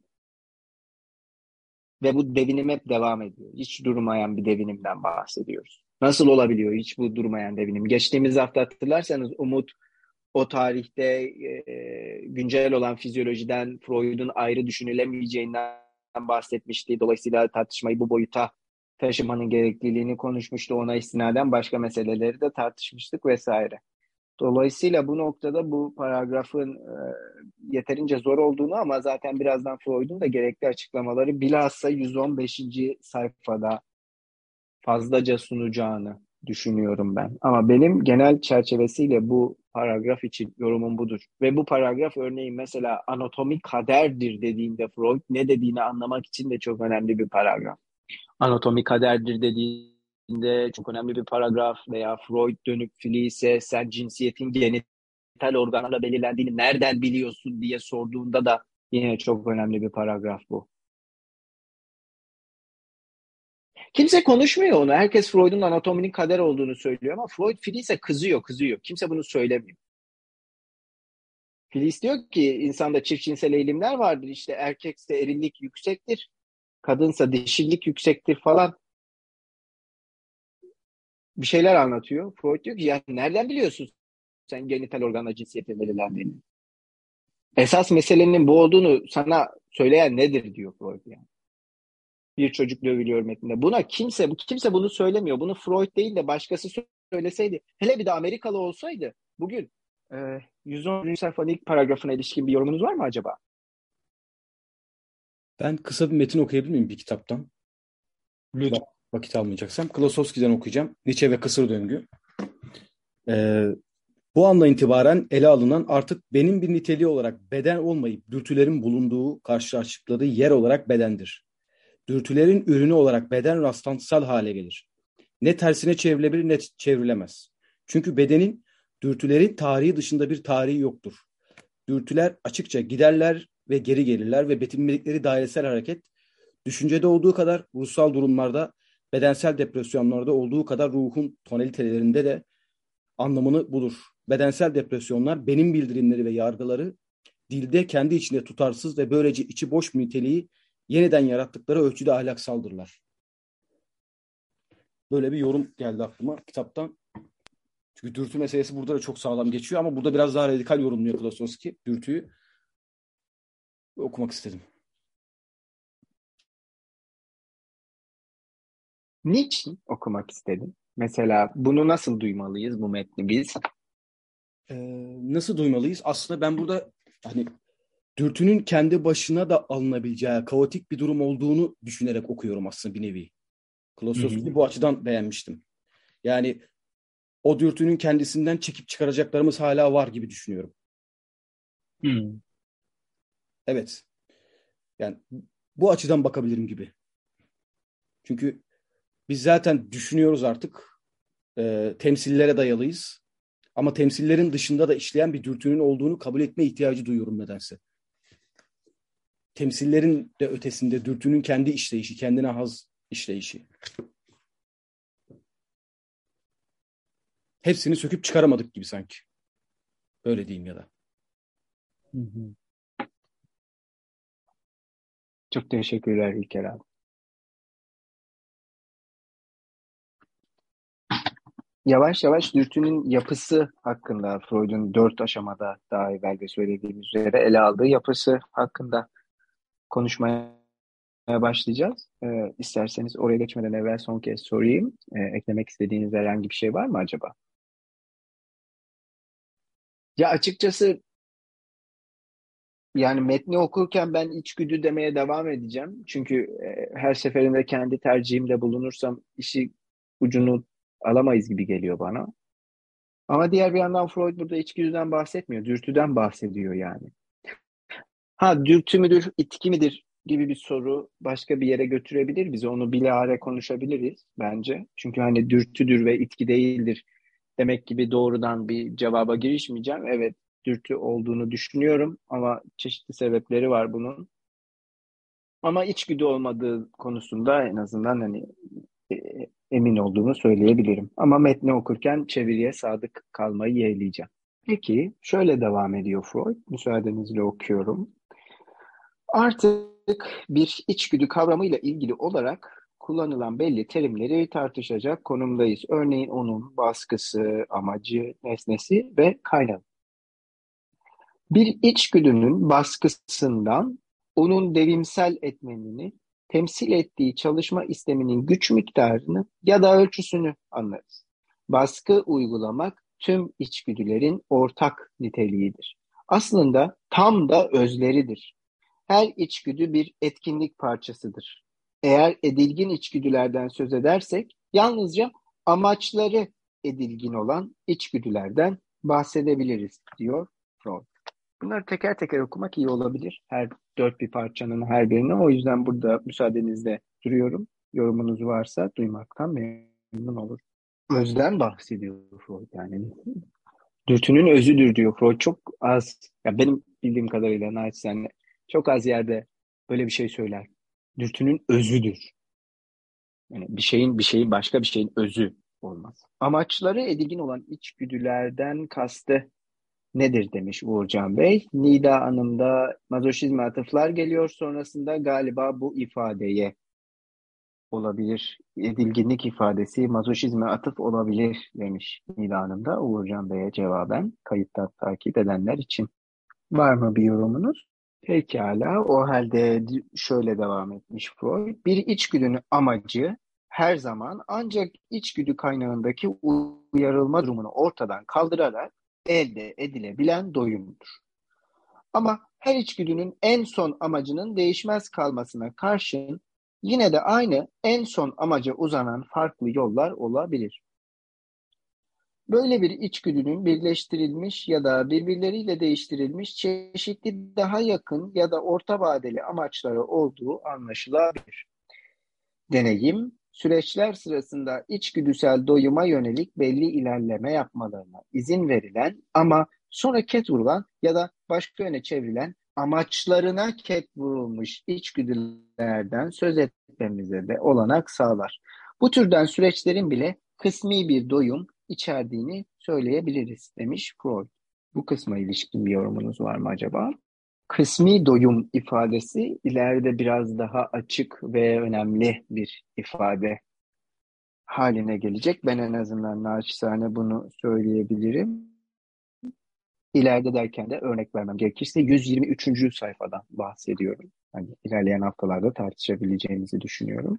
Ve bu devinim hep devam ediyor. Hiç durmayan bir devinimden bahsediyoruz. Nasıl olabiliyor hiç bu durmayan devinim? Geçtiğimiz hafta hatırlarsanız Umut o tarihte güncel olan fizyolojiden Freud'un ayrı düşünülemeyeceğinden bahsetmişti. Dolayısıyla tartışmayı bu boyuta taşımanın gerekliliğini konuşmuştu. Ona istinaden başka meseleleri de tartışmıştık vesaire. Dolayısıyla bu noktada bu paragrafın yeterince zor olduğunu ama zaten birazdan Freud'un da gerekli açıklamaları bilhassa 115. sayfada fazlaca sunacağını düşünüyorum ben. Ama benim genel çerçevesiyle bu paragraf için yorumum budur. Ve bu paragraf örneğin mesela anatomi kaderdir dediğinde Freud ne dediğini anlamak için de çok önemli bir paragraf. Anatomi kaderdir dediği çok önemli bir paragraf veya Freud dönüp Filize sen cinsiyetin genital organlarla belirlendiğini nereden biliyorsun diye sorduğunda da yine çok önemli bir paragraf bu. Kimse konuşmuyor onu. Herkes Freud'un anatominin kader olduğunu söylüyor ama Freud Filize kızıyor. Kimse bunu söylemiyor. Filiz diyor ki insanda çift cinsel eğilimler vardır. İşte erkekse erillik yüksektir, kadınsa dişillik yüksektir falan. Bir şeyler anlatıyor. Freud diyor ki ya nereden biliyorsun sen genital organla cinsiyetin belirlendiğini? Esas meselenin bu olduğunu sana söyleyen nedir diyor Freud yani. Bir çocuk dövülüyor metninde. Kimse bunu söylemiyor. Bunu Freud değil de başkası söyleseydi. Hele bir de Amerikalı olsaydı bugün 110. sayfanın ilk paragrafına ilişkin bir yorumunuz var mı acaba? Ben kısa bir metin okuyabilir miyim bir kitaptan? Lütfen. Vakit almayacaksam. Klosowski'den okuyacağım. Nietzsche ve Kısır Döngü. Bu andan itibaren ele alınan artık benim bir niteliği olarak beden olmayıp dürtülerin bulunduğu, karşılaştıkları yer olarak bedendir. Dürtülerin ürünü olarak beden rastlantısal hale gelir. Ne tersine çevrilebilir ne çevrilemez. Çünkü bedenin, dürtülerin tarihi dışında bir tarihi yoktur. Dürtüler açıkça giderler ve geri gelirler ve betimledikleri dairesel hareket, düşüncede olduğu kadar ruhsal durumlarda, bedensel depresyonlarda olduğu kadar ruhun tonalitelerinde de anlamını bulur. Bedensel depresyonlar benim bildirimleri ve yargıları dilde kendi içinde tutarsız ve böylece içi boş niteliği yeniden yarattıkları ölçüde ahlaksaldırlar. Böyle bir yorum geldi aklıma kitaptan. Çünkü dürtü meselesi burada da çok sağlam geçiyor ama burada biraz daha radikal yorumluyor Klosowski dürtüyü. Okumak istedim. Niçin okumak istedim? Mesela bunu nasıl duymalıyız bu metni biz? Nasıl duymalıyız? Aslında ben burada hani dürtünün kendi başına da alınabileceği kaotik bir durum olduğunu düşünerek okuyorum aslında bir nevi. Klosowski'yi bu açıdan beğenmiştim. Yani o dürtünün kendisinden çekip çıkaracaklarımız hala var gibi düşünüyorum. Evet. Yani bu açıdan bakabilirim gibi. Çünkü biz zaten düşünüyoruz artık. Temsillere dayalıyız. Ama temsillerin dışında da işleyen bir dürtünün olduğunu kabul etme ihtiyacı duyuyorum nedense. Temsillerin de ötesinde dürtünün kendi işleyişi, kendine has işleyişi. Hepsini söküp çıkaramadık gibi sanki. Öyle diyeyim ya da. Çok teşekkürler İlker abi. Yavaş yavaş dürtünün yapısı hakkında Freud'un 4 aşamada daha evvel de söylediğimiz üzere ele aldığı yapısı hakkında konuşmaya başlayacağız. İsterseniz oraya geçmeden evvel son kez sorayım. Eklemek istediğiniz herhangi bir şey var mı acaba? Ya açıkçası yani metni okurken ben içgüdü demeye devam edeceğim. Çünkü her seferinde kendi tercihimde bulunursam işi ucunu alamayız gibi geliyor bana. Ama diğer bir yandan Freud burada içgüdüden bahsetmiyor, dürtüden bahsediyor yani. Ha dürtü müdür, itki midir gibi bir soru başka bir yere götürebilir bizi. Onu bilahare konuşabiliriz bence. Çünkü hani dürtüdür ve itki değildir demek gibi doğrudan bir cevaba girişmeyeceğim. Evet, dürtü olduğunu düşünüyorum ama çeşitli sebepleri var bunun. Ama içgüdü olmadığı konusunda en azından hani e, emin olduğumu söyleyebilirim. Ama metni okurken çeviriye sadık kalmayı yeğleyeceğim. Peki, şöyle devam ediyor Freud. Müsaadenizle okuyorum. Artık bir içgüdü kavramıyla ilgili olarak kullanılan belli terimleri tartışacak konumdayız. Örneğin onun baskısı, amacı, nesnesi ve kaynağı. Bir içgüdünün baskısından onun devrimsel etmenini, temsil ettiği çalışma isteminin güç miktarını ya da ölçüsünü anlarız. Baskı uygulamak tüm içgüdülerin ortak niteliğidir. Aslında tam da özleridir. Her içgüdü bir etkinlik parçasıdır. Eğer edilgin içgüdülerden söz edersek, yalnızca amaçları edilgin olan içgüdülerden bahsedebiliriz, diyor Freud. Bunları teker teker okumak iyi olabilir. Her dört bir parçanın her birini. O yüzden burada müsaadenizle duruyorum. Yorumunuz varsa duymaktan memnun olur. Özden bahsediyor Freud yani. Dürtünün özüdür diyor Freud. Çok az, ya benim bildiğim kadarıyla naçizane çok az yerde böyle bir şey söyler. Dürtünün özüdür. Yani bir şeyin başka bir şeyin özü olmaz. Amaçları edilgin olan içgüdülerden kastı nedir demiş Uğurcan Bey. Nida Hanım'da mazoşizme atıflar geliyor. Sonrasında galiba bu ifadeye olabilir. Edilginlik ifadesi mazoşizme atıf olabilir demiş Nida Hanım da Uğurcan Bey'e cevaben kayıttan takip edenler için. Var mı bir yorumunuz? Pekala, o halde şöyle devam etmiş Freud. Bir içgüdünün amacı her zaman ancak içgüdü kaynağındaki uyarılma durumunu ortadan kaldırarak elde edilebilen doyumdur. Ama her içgüdünün en son amacının değişmez kalmasına karşın yine de aynı en son amaca uzanan farklı yollar olabilir. Böyle bir içgüdünün birleştirilmiş ya da birbirleriyle değiştirilmiş çeşitli daha yakın ya da orta vadeli amaçları olduğu anlaşılabilir. Deneyim, süreçler sırasında içgüdüsel doyuma yönelik belli ilerleme yapmalarına izin verilen ama sonra ket vurulan ya da başka yöne çevrilen amaçlarına ket vurulmuş içgüdülerden söz etmemize de olanak sağlar. Bu türden süreçlerin bile kısmi bir doyum içerdiğini söyleyebiliriz demiş Freud. Bu kısma ilişkin bir yorumunuz var mı acaba? Kısmi doyum ifadesi ileride biraz daha açık ve önemli bir ifade haline gelecek. Ben en azından naçizane bunu söyleyebilirim. İleride derken de örnek vermem gerekirse 123. sayfadan bahsediyorum. Hani ilerleyen haftalarda tartışabileceğimizi düşünüyorum.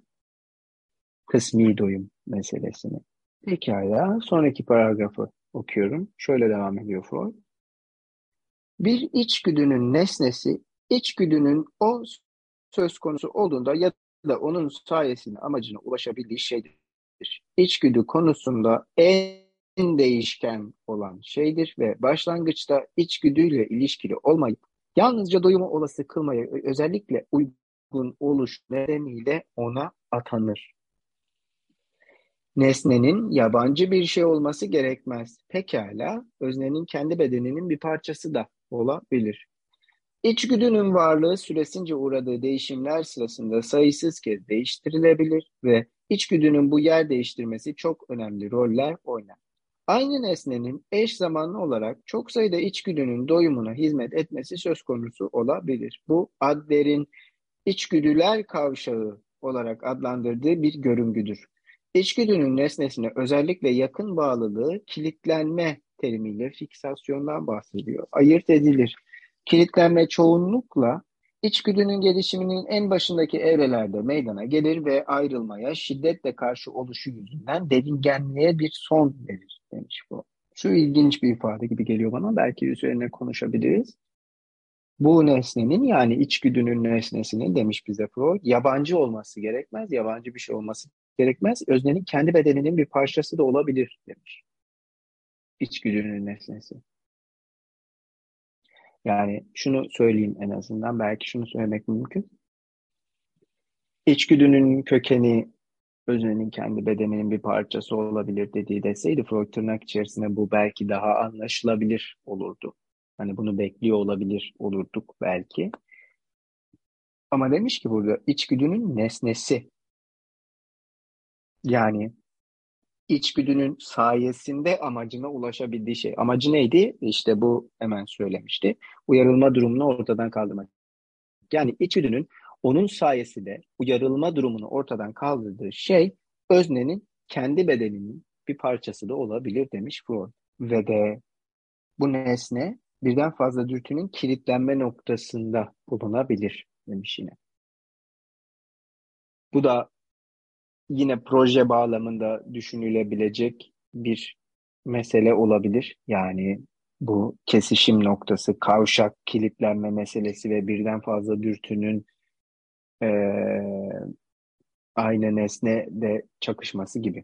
Kısmi doyum meselesini. Pekala, sonraki paragrafı okuyorum. Şöyle devam ediyor Freud. Bir içgüdünün nesnesi, içgüdünün o söz konusu olduğunda ya da onun sayesinde amacına ulaşabildiği şeydir. İçgüdü konusunda en değişken olan şeydir ve başlangıçta içgüdüyle ilişkili olmayıp yalnızca doyumu olası kılmaya özellikle uygun oluş nedeniyle ona atanır. Nesnenin yabancı bir şey olması gerekmez. Pekala, öznenin kendi bedeninin bir parçası da olabilir. İçgüdünün varlığı süresince uğradığı değişimler sırasında sayısız kez değiştirilebilir ve içgüdünün bu yer değiştirmesi çok önemli roller oynar. Aynı nesnenin eş zamanlı olarak çok sayıda içgüdünün doyumuna hizmet etmesi söz konusu olabilir. Bu Adler'in içgüdüler kavşağı olarak adlandırdığı bir görüngüdür. İçgüdünün nesnesine özellikle yakın bağlılığı kilitlenme terimiyle fiksasyondan bahsediyor. Ayırt edilir. Kilitlenme çoğunlukla içgüdünün gelişiminin en başındaki evrelerde meydana gelir ve ayrılmaya şiddetle karşı oluşu yüzünden deringenliğe bir son verir demiş bu. Şu ilginç bir ifade gibi geliyor bana. Belki üzerine konuşabiliriz. Bu nesnenin yani içgüdünün nesnesinin demiş bize Freud yabancı olması gerekmez, yabancı bir şey olması gerekmez. Öznenin kendi bedeninin bir parçası da olabilir demiş. İçgüdünün nesnesi. Yani şunu söyleyeyim en azından belki şunu söylemek mümkün. İçgüdünün kökeni öznenin kendi bedeninin bir parçası olabilir dediği deseydi Freud tırnak içerisinde bu belki daha anlaşılabilir olurdu. Hani bunu bekliyor olabilir olurduk belki. Ama demiş ki burada içgüdünün nesnesi. Yani içgüdünün sayesinde amacına ulaşabildiği şey. Amacı neydi? İşte bu hemen söylemişti. Uyarılma durumunu ortadan kaldırmak. Yani içgüdünün onun sayesinde uyarılma durumunu ortadan kaldırdığı şey öznenin kendi bedeninin bir parçası da olabilir demiş Freud. Ve de bu nesne birden fazla dürtünün kilitlenme noktasında bulunabilir demiş yine. Bu da yine proje bağlamında düşünülebilecek bir mesele olabilir. Yani bu kesişim noktası, kavşak, kilitlenme meselesi ve birden fazla dürtünün aynı nesnede çakışması gibi.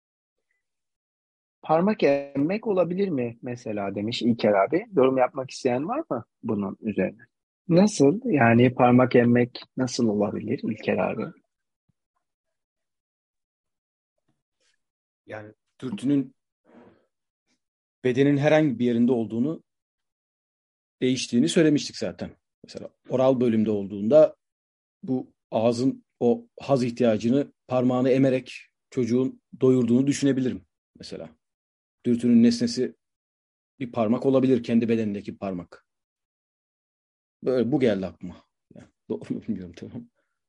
Parmak emmek olabilir mi mesela demiş İlker abi. Yorum yapmak isteyen var mı bunun üzerine? Nasıl? Yani parmak emmek nasıl olabilir İlker abi? Yani dürtünün bedenin herhangi bir yerinde olduğunu, değiştiğini söylemiştik zaten. Mesela oral bölümde olduğunda bu ağzın o haz ihtiyacını parmağını emerek çocuğun doyurduğunu düşünebilirim mesela. Dürtünün nesnesi bir parmak olabilir, kendi bedenindeki bir parmak. Böyle bu geldi aklıma. Yani, doğru mu bilmiyorum, tamam.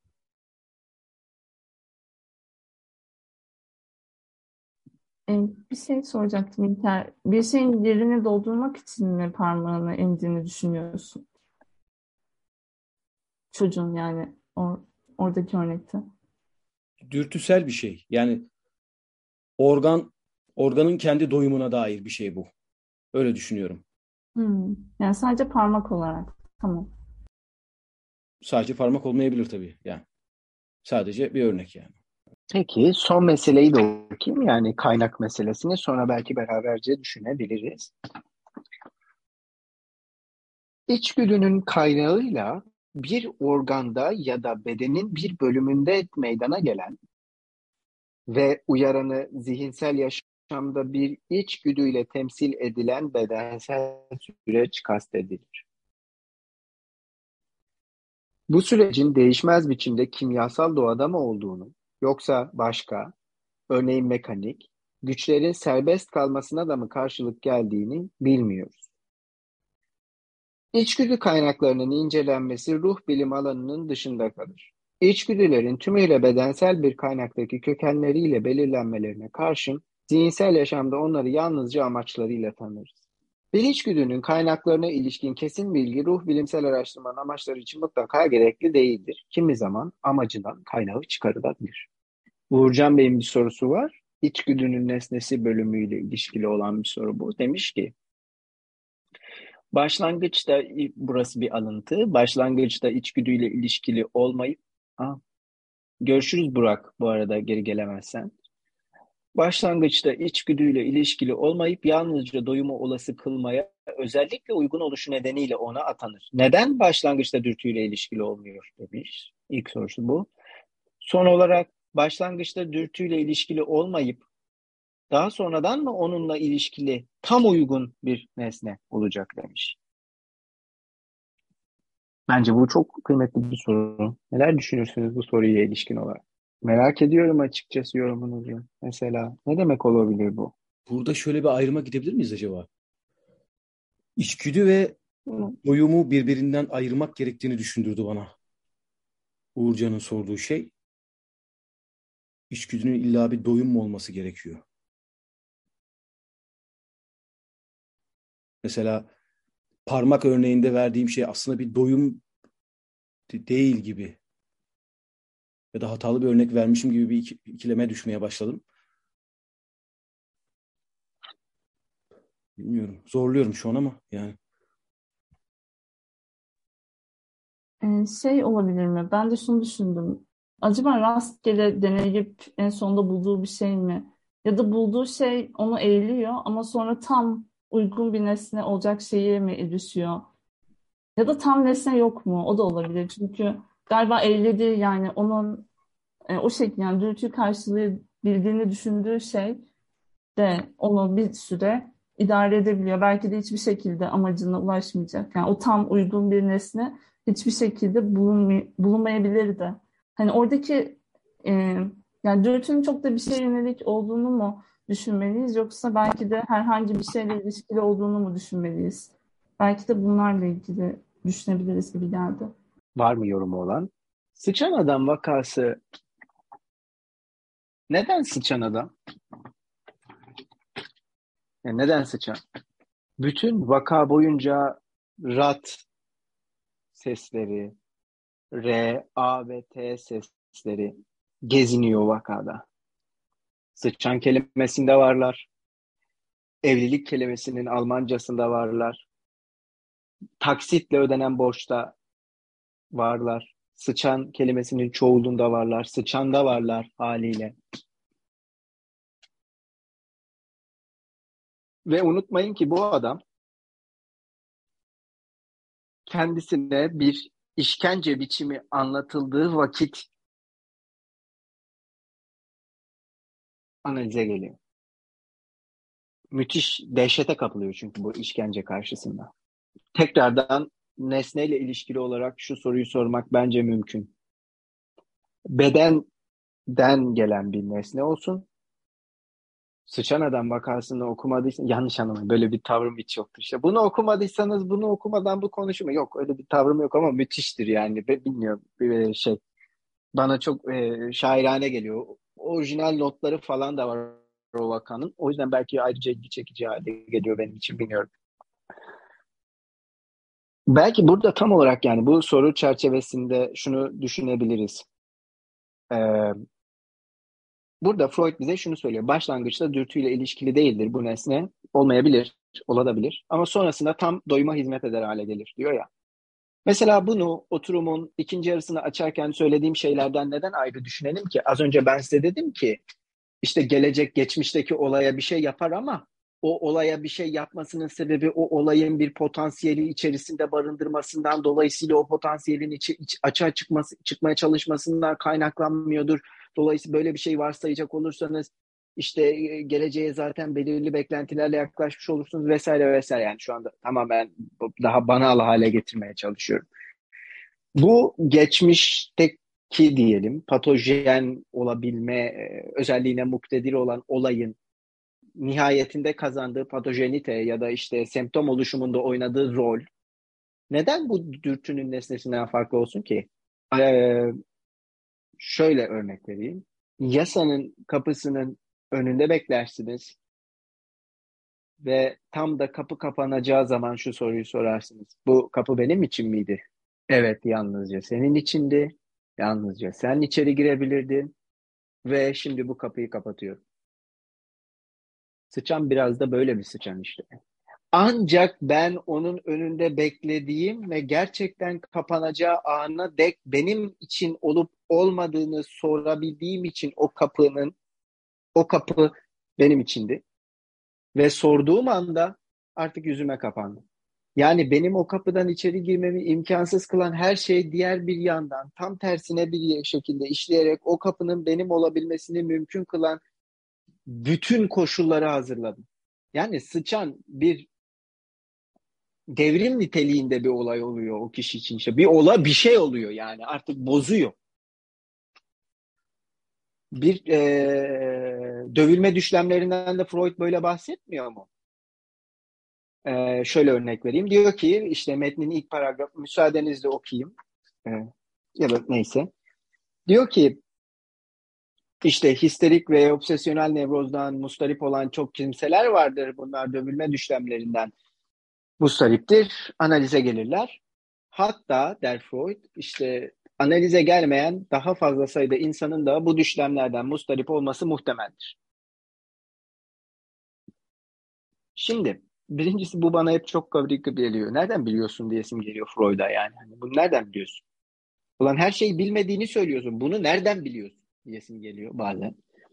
Bir şey soracaktım İlker. Bir şeyin yerini doldurmak için mi parmağını emdiğini düşünüyorsun? Çocuğun yani oradaki örnekte. Dürtüsel bir şey. Yani organın kendi doyumuna dair bir şey bu. Öyle düşünüyorum. Yani sadece parmak olarak. Tamam. Sadece parmak olmayabilir tabii yani. Sadece bir örnek yani. Peki son meseleyi de okuyayım. Yani kaynak meselesini sonra belki beraberce düşünebiliriz. İçgüdünün kaynağıyla bir organda ya da bedenin bir bölümünde meydana gelen ve uyaranı zihinsel yaşamda bir içgüdüyle temsil edilen bedensel süreç kastedilir. Bu sürecin değişmez biçimde kimyasal doğada mı olduğunu, yoksa başka, örneğin mekanik, güçlerin serbest kalmasına da mı karşılık geldiğini bilmiyoruz. İçgüdü kaynaklarının incelenmesi ruh bilim alanının dışında kalır. İçgüdülerin tümüyle bedensel bir kaynaktaki kökenleriyle belirlenmelerine karşın, zihinsel yaşamda onları yalnızca amaçlarıyla tanırız. Bir içgüdünün kaynaklarına ilişkin kesin bilgi ruh bilimsel araştırmanın amaçları için mutlaka gerekli değildir. Kimi zaman amacından kaynağı çıkarılabilir. Uğurcan Bey'in bir sorusu var. İçgüdünün nesnesi bölümüyle ilişkili olan bir soru bu. Demiş ki, başlangıçta, burası bir alıntı, başlangıçta içgüdüyle ilişkili olmayıp, görüşürüz Burak bu arada geri gelemezsen. Başlangıçta içgüdüyle ilişkili olmayıp yalnızca doyumu olası kılmaya özellikle uygun oluşu nedeniyle ona atanır. Neden başlangıçta dürtüyle ilişkili olmuyor demiş. İlk sorusu bu. Son olarak başlangıçta dürtüyle ilişkili olmayıp daha sonradan mı onunla ilişkili tam uygun bir nesne olacak demiş. Bence bu çok kıymetli bir soru. Neler düşünürsünüz bu soruya ilişkin olarak? Merak ediyorum açıkçası yorumunuzu. Mesela ne demek olabilir bu? Burada şöyle bir ayrıma gidebilir miyiz acaba? İçgüdü ve Hı. doyumu birbirinden ayırmak gerektiğini düşündürdü bana. Uğurcan'ın sorduğu şey, içgüdünün illa bir doyum mu olması gerekiyor? Mesela parmak örneğinde verdiğim şey aslında bir doyum değil gibi. Ya da hatalı bir örnek vermişim gibi bir ikileme düşmeye başladım. Bilmiyorum. Zorluyorum şu an ama yani. Şey olabilir mi? Ben de şunu düşündüm. Acaba rastgele deneyip en sonunda bulduğu bir şey mi? Ya da bulduğu şey onu eğiliyor ama sonra tam uygun bir nesne olacak şeye mi erişiyor? Ya da tam nesne yok mu? O da olabilir. Çünkü galiba eğlediği yani onun o şekilde yani dürtüyü karşılayabildiğini düşündüğü şey de onu bir süre idare edebiliyor. Belki de hiçbir şekilde amacına ulaşmayacak. Yani o tam uygun bir nesne hiçbir şekilde bulunmayabilir de. Hani oradaki e, yani dürtünün çok da bir şeye yönelik olduğunu mu düşünmeliyiz yoksa belki de herhangi bir şeyle ilişkili olduğunu mu düşünmeliyiz? Belki de bunlarla ilgili düşünebiliriz gibi geldi. Var mı yorumu olan? Sıçan adam vakası neden sıçan adam? Yani neden sıçan? Bütün vaka boyunca rat sesleri, R, A ve T sesleri geziniyor vakada. Sıçan kelimesinde varlar. Evlilik kelimesinin Almancasında varlar. Taksitle ödenen borçta varlar. Sıçan kelimesinin çoğulunda varlar. Sıçanda varlar haliyle. Ve unutmayın ki bu adam kendisine bir işkence biçimi anlatıldığı vakit analize geliyor. müthiş dehşete kapılıyor çünkü bu işkence karşısında. Tekrardan nesneyle ilişkili olarak şu soruyu sormak bence mümkün. Bedenden gelen bir nesne olsun. Sıçan Adam vakasını okumadıysanız, yanlış anlamayın, böyle bir tavrım hiç yoktur. İşte bunu okumadıysanız bunu okumadan bu konuşma. Yok, öyle bir tavrım yok ama müthiştir yani. Bilmiyorum, bir şey. Bana çok şairane geliyor. Orijinal notları falan da var o vakanın. O yüzden belki ayrıca ilgi çekici hale geliyor benim için, bilmiyorum. Belki burada tam olarak yani bu soru çerçevesinde şunu düşünebiliriz. Burada Freud bize şunu söylüyor. Başlangıçta dürtüyle ilişkili değildir bu nesne. Olmayabilir, olabilir. Ama sonrasında tam doyuma hizmet eder hale gelir diyor ya. Mesela bunu oturumun ikinci yarısını açarken söylediğim şeylerden neden ayrı düşünelim ki? Az önce ben size dedim ki işte gelecek geçmişteki olaya bir şey yapar ama o olaya bir şey yapmasının sebebi o olayın bir potansiyeli içerisinde barındırmasından, dolayısıyla o potansiyelin açığa çıkmaya çalışmasından kaynaklanmıyordur. Dolayısıyla böyle bir şey varsayacak olursanız işte geleceğe zaten belirli beklentilerle yaklaşmış olursunuz vesaire vesaire. Yani şu anda tamamen daha banal hale getirmeye çalışıyorum. Bu geçmişteki diyelim patojen olabilme özelliğine muktedir olan olayın nihayetinde kazandığı patojenite ya da işte semptom oluşumunda oynadığı rol neden bu dürtünün nesnesinden farklı olsun ki? Şöyle örnek vereyim. Yasanın kapısının önünde beklersiniz ve tam da kapı kapanacağı zaman şu soruyu sorarsınız. Bu kapı benim için miydi? Evet, yalnızca senin içindi. Yalnızca sen içeri girebilirdin ve şimdi bu kapıyı kapatıyorum. Sıçan biraz da böyle bir sıçan işte. Ancak ben onun önünde beklediğim ve gerçekten kapanacağı ana dek benim için olup olmadığını sorabildiğim için o kapı benim içindi. Ve sorduğum anda artık yüzüme kapandı. Yani benim o kapıdan içeri girmemi imkansız kılan her şey diğer bir yandan tam tersine bir şekilde işleyerek o kapının benim olabilmesini mümkün kılan bütün koşulları hazırladım. Yani sıçan bir devrim niteliğinde bir olay oluyor o kişi için. İşte bir şey oluyor yani artık bozuyor. Bir dövülme düşlemlerinden de Freud böyle bahsetmiyor mu? Şöyle örnek vereyim. Diyor ki işte metnin ilk paragrafı müsaadenizle okuyayım. Ee, ya da neyse. Diyor ki işte histerik ve obsesyonel nevrozdan mustarip olan çok kimseler vardır. Bunlar dövülme düşlemlerinden mustariptir. Analize gelirler. Hatta der Freud işte analize gelmeyen daha fazla sayıda insanın da bu düşlemlerden mustarip olması muhtemeldir. Şimdi birincisi bu bana hep çok garip geliyor. Nereden biliyorsun diyesim geliyor Freud'a yani. Hani bunu nereden biliyorsun? Ulan her şeyi bilmediğini söylüyorsun. Bunu nereden biliyorsun diyesim geliyor bazen.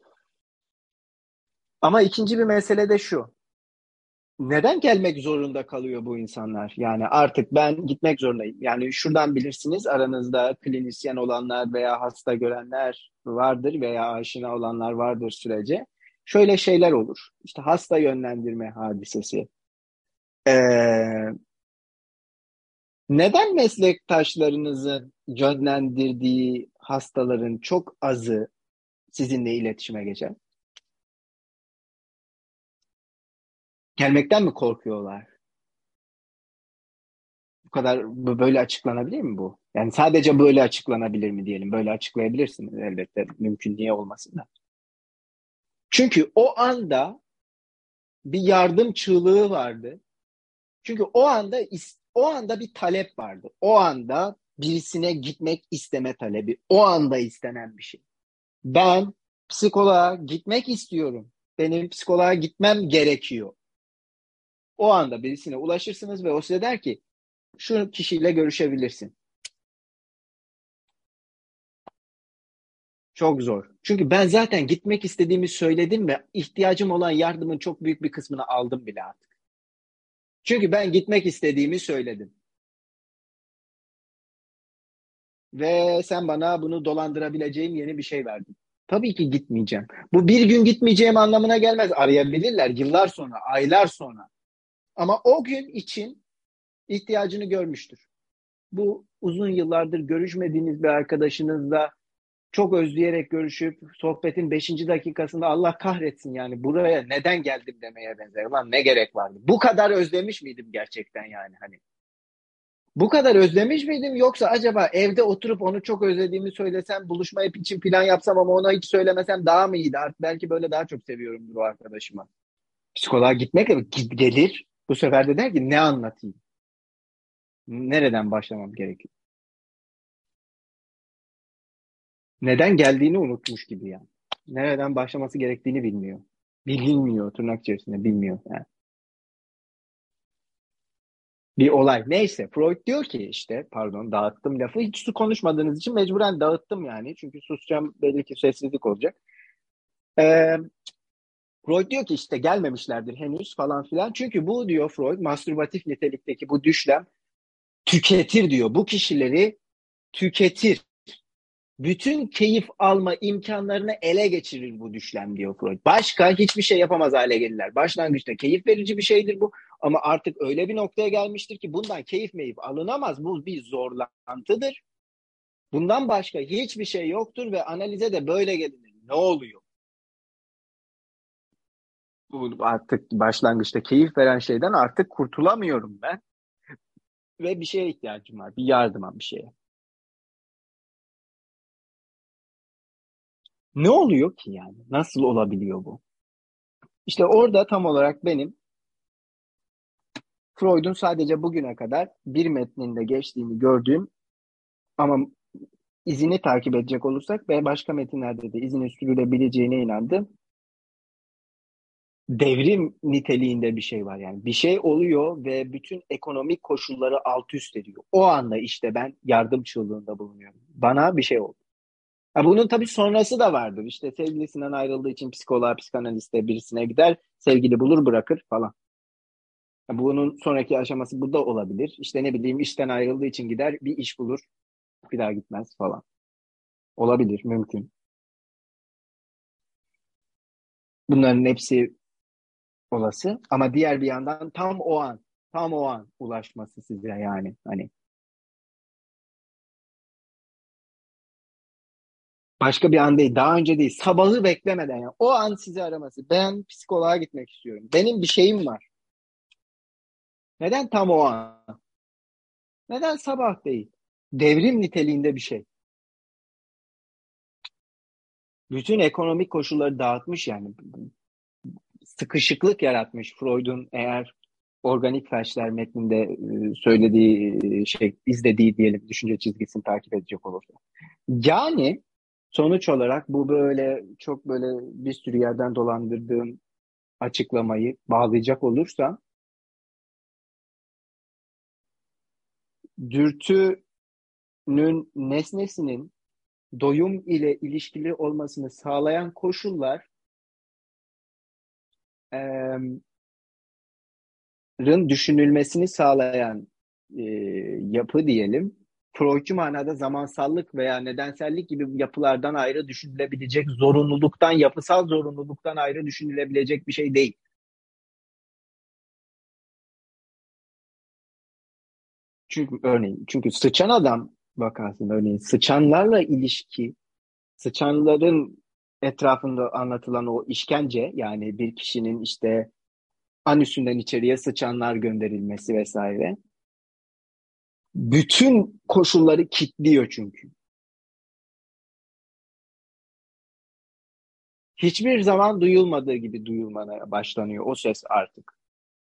Ama ikinci bir mesele de şu. Neden gelmek zorunda kalıyor bu insanlar? Yani artık ben gitmek zorundayım. Yani şuradan bilirsiniz aranızda klinisyen olanlar veya hasta görenler vardır veya aşina olanlar vardır sürece. Şöyle şeyler olur. İşte hasta yönlendirme hadisesi. Ee, Neden meslektaşlarınızın yönlendirdiği hastaların çok azı sizinle iletişime geçer? Gelmekten mi korkuyorlar? Bu kadar böyle açıklanabilir mi bu? Yani sadece böyle açıklanabilir mi diyelim? Böyle açıklayabilirsiniz elbette. Mümkün niye olmasın da. Çünkü o anda bir yardım çığlığı vardı. Çünkü o anda bir talep vardı. O anda birisine gitmek isteme talebi. O anda istenen bir şey. Ben psikoloğa gitmek istiyorum. Benim psikoloğa gitmem gerekiyor. O anda birisine ulaşırsınız ve o size der ki şu kişiyle görüşebilirsin. Çok zor. Çünkü ben zaten gitmek istediğimi söyledim ve ihtiyacım olan yardımın çok büyük bir kısmını aldım bile artık. Çünkü ben gitmek istediğimi söyledim. Ve sen bana bunu dolandırabileceğim yeni bir şey verdin. Tabii ki gitmeyeceğim. Bu bir gün gitmeyeceğim anlamına gelmez. Arayabilirler yıllar sonra, aylar sonra. Ama o gün için ihtiyacını görmüştür. Bu uzun yıllardır görüşmediğiniz bir arkadaşınızla çok özleyerek görüşüp sohbetin 5. dakikasında Allah kahretsin yani buraya neden geldim demeye benzer. Lan ne gerek vardı? Bu kadar özlemiş miydim gerçekten yani hani? Bu kadar özlemiş miydim yoksa acaba evde oturup onu çok özlediğimi söylesem, buluşma için plan yapsam ama ona hiç söylemesem daha mı iyiydi? Artık belki böyle daha çok seviyorumdur o arkadaşıma. Psikoloğa gitmek gelir. Bu sefer de der ki ne anlatayım? Nereden başlamam gerekiyor? Neden geldiğini unutmuş gibi yani. Nereden başlaması gerektiğini bilmiyor. Bilmiyor tırnak içerisinde bilmiyor yani. Bir olay. Neyse Freud diyor ki işte pardon dağıttım lafı. Hiç su konuşmadığınız için mecburen dağıttım yani. Çünkü susacağım belli ki sessizlik olacak. Ee, Freud diyor ki işte gelmemişlerdir henüz falan filan. Çünkü bu diyor Freud mastürbatif nitelikteki bu düşlem tüketir diyor. Bu kişileri tüketir. Bütün keyif alma imkanlarını ele geçirir bu düşlem diyor Freud. Başka hiçbir şey yapamaz hale gelirler. Başlangıçta keyif verici bir şeydir bu. Ama artık öyle bir noktaya gelmiştir ki bundan keyif meyif alınamaz. Bu bir zorlantıdır. Bundan başka hiçbir şey yoktur ve analize de böyle gelinir. Ne oluyor? Bu artık başlangıçta keyif veren şeyden artık kurtulamıyorum ben. Ve bir şeye ihtiyacım var. Bir yardıma, bir şeye. Ne oluyor ki yani? Nasıl olabiliyor bu? İşte orada tam olarak benim Freud'un sadece bugüne kadar bir metninde geçtiğini gördüğüm ama izini takip edecek olursak ve başka metinlerde de izinin sürülebileceğine inandım. Devrim niteliğinde bir şey var yani. Bir şey oluyor ve bütün ekonomik koşulları alt üst ediyor. O anda işte ben yardım çığlığında bulunuyorum. Bana bir şey oldu. Ha, bunun tabii sonrası da vardır. İşte sevgilisinden ayrıldığı için psikoloğa, psikanaliste birisine gider, sevgili bulur bırakır falan. Ha, bunun sonraki aşaması bu da olabilir. İşte ne bileyim işten ayrıldığı için gider, bir iş bulur, bir daha gitmez falan. Olabilir, mümkün. Bunların hepsi olası. Ama diğer bir yandan tam o an ulaşması size yani. Hani başka bir an değil, daha önce değil, sabahı beklemeden yani. O an sizi araması. Ben psikoloğa gitmek istiyorum. Benim bir şeyim var. Neden tam o an? Neden sabah değil? Devrim niteliğinde bir şey. Bütün ekonomik koşulları dağıtmış yani. Sıkışıklık yaratmış Freud'un eğer organik felçler metninde söylediği şey, izlediği diyelim düşünce çizgisini takip edecek olursa. Yani sonuç olarak bu böyle çok böyle bir sürü yerden dolandırdığım açıklamayı bağlayacak olursa dürtünün nesnesinin doyum ile ilişkili olmasını sağlayan koşullar düşünülmesini sağlayan yapı diyelim. Freudcu manada zamansallık veya nedensellik gibi yapılardan ayrı düşünülebilecek zorunluluktan, yapısal zorunluluktan ayrı düşünülebilecek bir şey değil. Çünkü sıçan adam vakasında örneğin sıçanlarla ilişki, sıçanların etrafında anlatılan o işkence yani bir kişinin işte anüsünden içeriye sıçanlar gönderilmesi vesaire. Bütün koşulları kilitliyor çünkü. Hiçbir zaman duyulmadığı gibi duyulmaya başlanıyor o ses artık.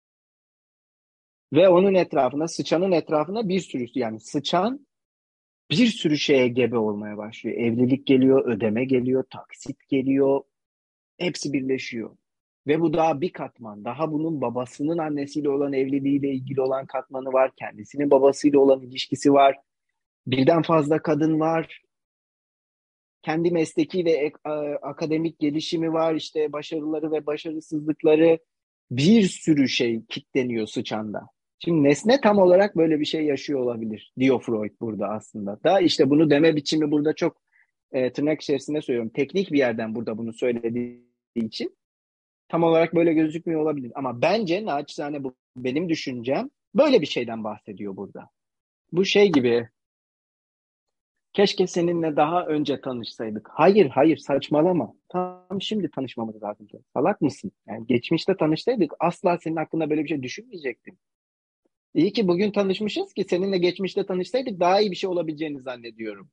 Ve onun etrafına, sıçanın etrafına bir sürü yani sıçan bir sürü şeye gebe olmaya başlıyor. Evlilik geliyor, ödeme geliyor, taksit geliyor. Hepsi birleşiyor. Ve bu daha bir katman. Daha bunun babasının annesiyle olan evliliğiyle ilgili olan katmanı var. Kendisinin babasıyla olan ilişkisi var. Birden fazla kadın var. Kendi mesleki ve akademik gelişimi var. İşte başarıları ve başarısızlıkları. Bir sürü şey kilitleniyor sıçanda. Şimdi nesne tam olarak böyle bir şey yaşıyor olabilir diyor Freud burada aslında. Da işte bunu deme biçimi burada çok tırnak içerisinde söylüyorum. Teknik bir yerden burada bunu söylediği için tam olarak böyle gözükmüyor olabilir. Ama bence naçizane bu benim düşüncem böyle bir şeyden bahsediyor burada. Bu şey gibi, keşke seninle daha önce tanışsaydık. Hayır, hayır, saçmalama. Tam şimdi tanışmamız lazım. Salak mısın? Yani geçmişte tanışsaydık asla senin hakkında böyle bir şey düşünmeyecektim. İyi ki bugün tanışmışız ki seninle geçmişte tanışsaydık daha iyi bir şey olabileceğini zannediyorum.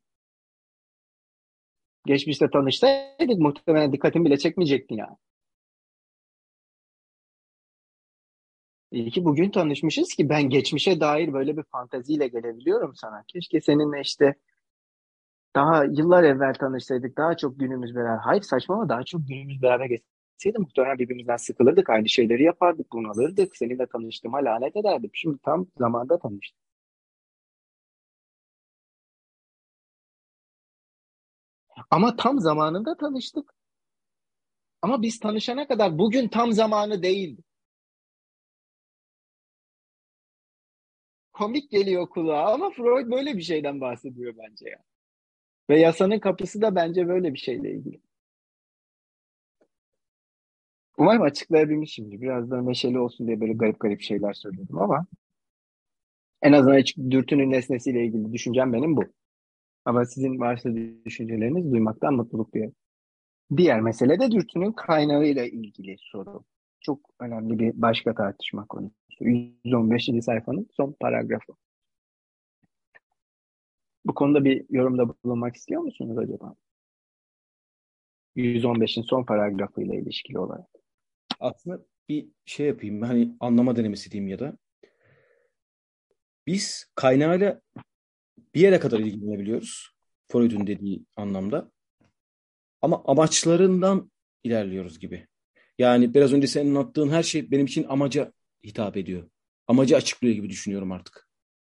Geçmişte tanışsaydık muhtemelen dikkatimi bile çekmeyecektin ya. İyi ki bugün tanışmışız ki ben geçmişe dair böyle bir fanteziyle gelebiliyorum sana. Keşke seninle işte daha yıllar evvel tanışsaydık, daha çok günümüz beraber. Hayır, saçmalama, daha çok günümüz beraber geçseydi muhtemelen birbirimizden sıkılırdık, aynı şeyleri yapardık, bunalırdık. Seninle tanıştığıma lanet ederdim. Şimdi tam zamanda tanıştık. Ama tam zamanında tanıştık. Ama biz tanışana kadar bugün tam zamanı değildi. Komik geliyor kulağa ama Freud böyle bir şeyden bahsediyor bence ya. Ve yasanın kapısı da bence böyle bir şeyle ilgili. Umarım açıklayabilmişimdir. Biraz da neşeli olsun diye böyle garip garip şeyler söyledim ama en azından dürtünün nesnesiyle ilgili düşüncem benim bu. Ama sizin varsa düşünceleriniz duymaktan mutluluk duyarım. Diğer mesele de dürtünün kaynağıyla ilgili soru. Çok önemli bir başka tartışma konusu. 115. sayfanın son paragrafı. Bu konuda bir yorumda bulunmak istiyor musunuz acaba? 115'in son paragrafıyla ilişkili olarak. Aslında bir şey yapayım. Hani anlama denemesi diyeyim ya da. Biz kaynağıyla bir yere kadar ilgilenebiliyoruz. Freud'un dediği anlamda. Ama amaçlarından ilerliyoruz gibi. Yani biraz önce senin anlattığın her şey benim için amaca hitap ediyor. Amacı açıklıyor gibi düşünüyorum artık.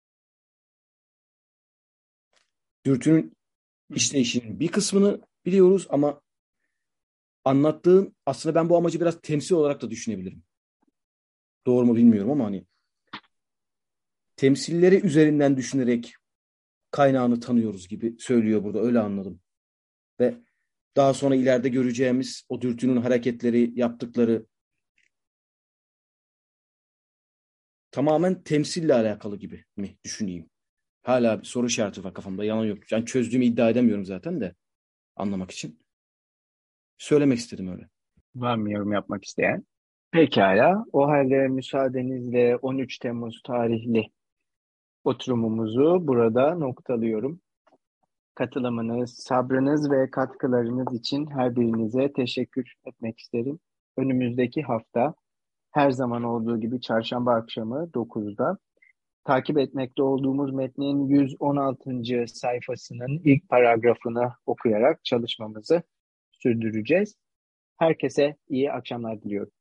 Dürtünün işleyişinin bir kısmını biliyoruz ama anlattığın aslında ben bu amacı biraz temsil olarak da düşünebilirim. Doğru mu bilmiyorum ama hani temsilleri üzerinden düşünerek kaynağını tanıyoruz gibi söylüyor burada. Öyle anladım. Ve daha sonra ileride göreceğimiz o dürtünün hareketleri, yaptıkları tamamen temsille alakalı gibi mi düşüneyim? Hala bir soru işareti var kafamda. Yalan yok. Yani çözdüğümü iddia edemiyorum zaten de anlamak için. Söylemek istedim öyle. Var mı yorum yapmak isteyen? Pekala. O halde müsaadenizle 13 Temmuz tarihli oturumumuzu burada noktalıyorum. Katılımınız, sabrınız ve katkılarınız için her birinize teşekkür etmek isterim. Önümüzdeki hafta her zaman olduğu gibi çarşamba akşamı 9'da takip etmekte olduğumuz metnin 116. sayfasının ilk paragrafını okuyarak çalışmamızı sürdüreceğiz. Herkese iyi akşamlar diliyorum.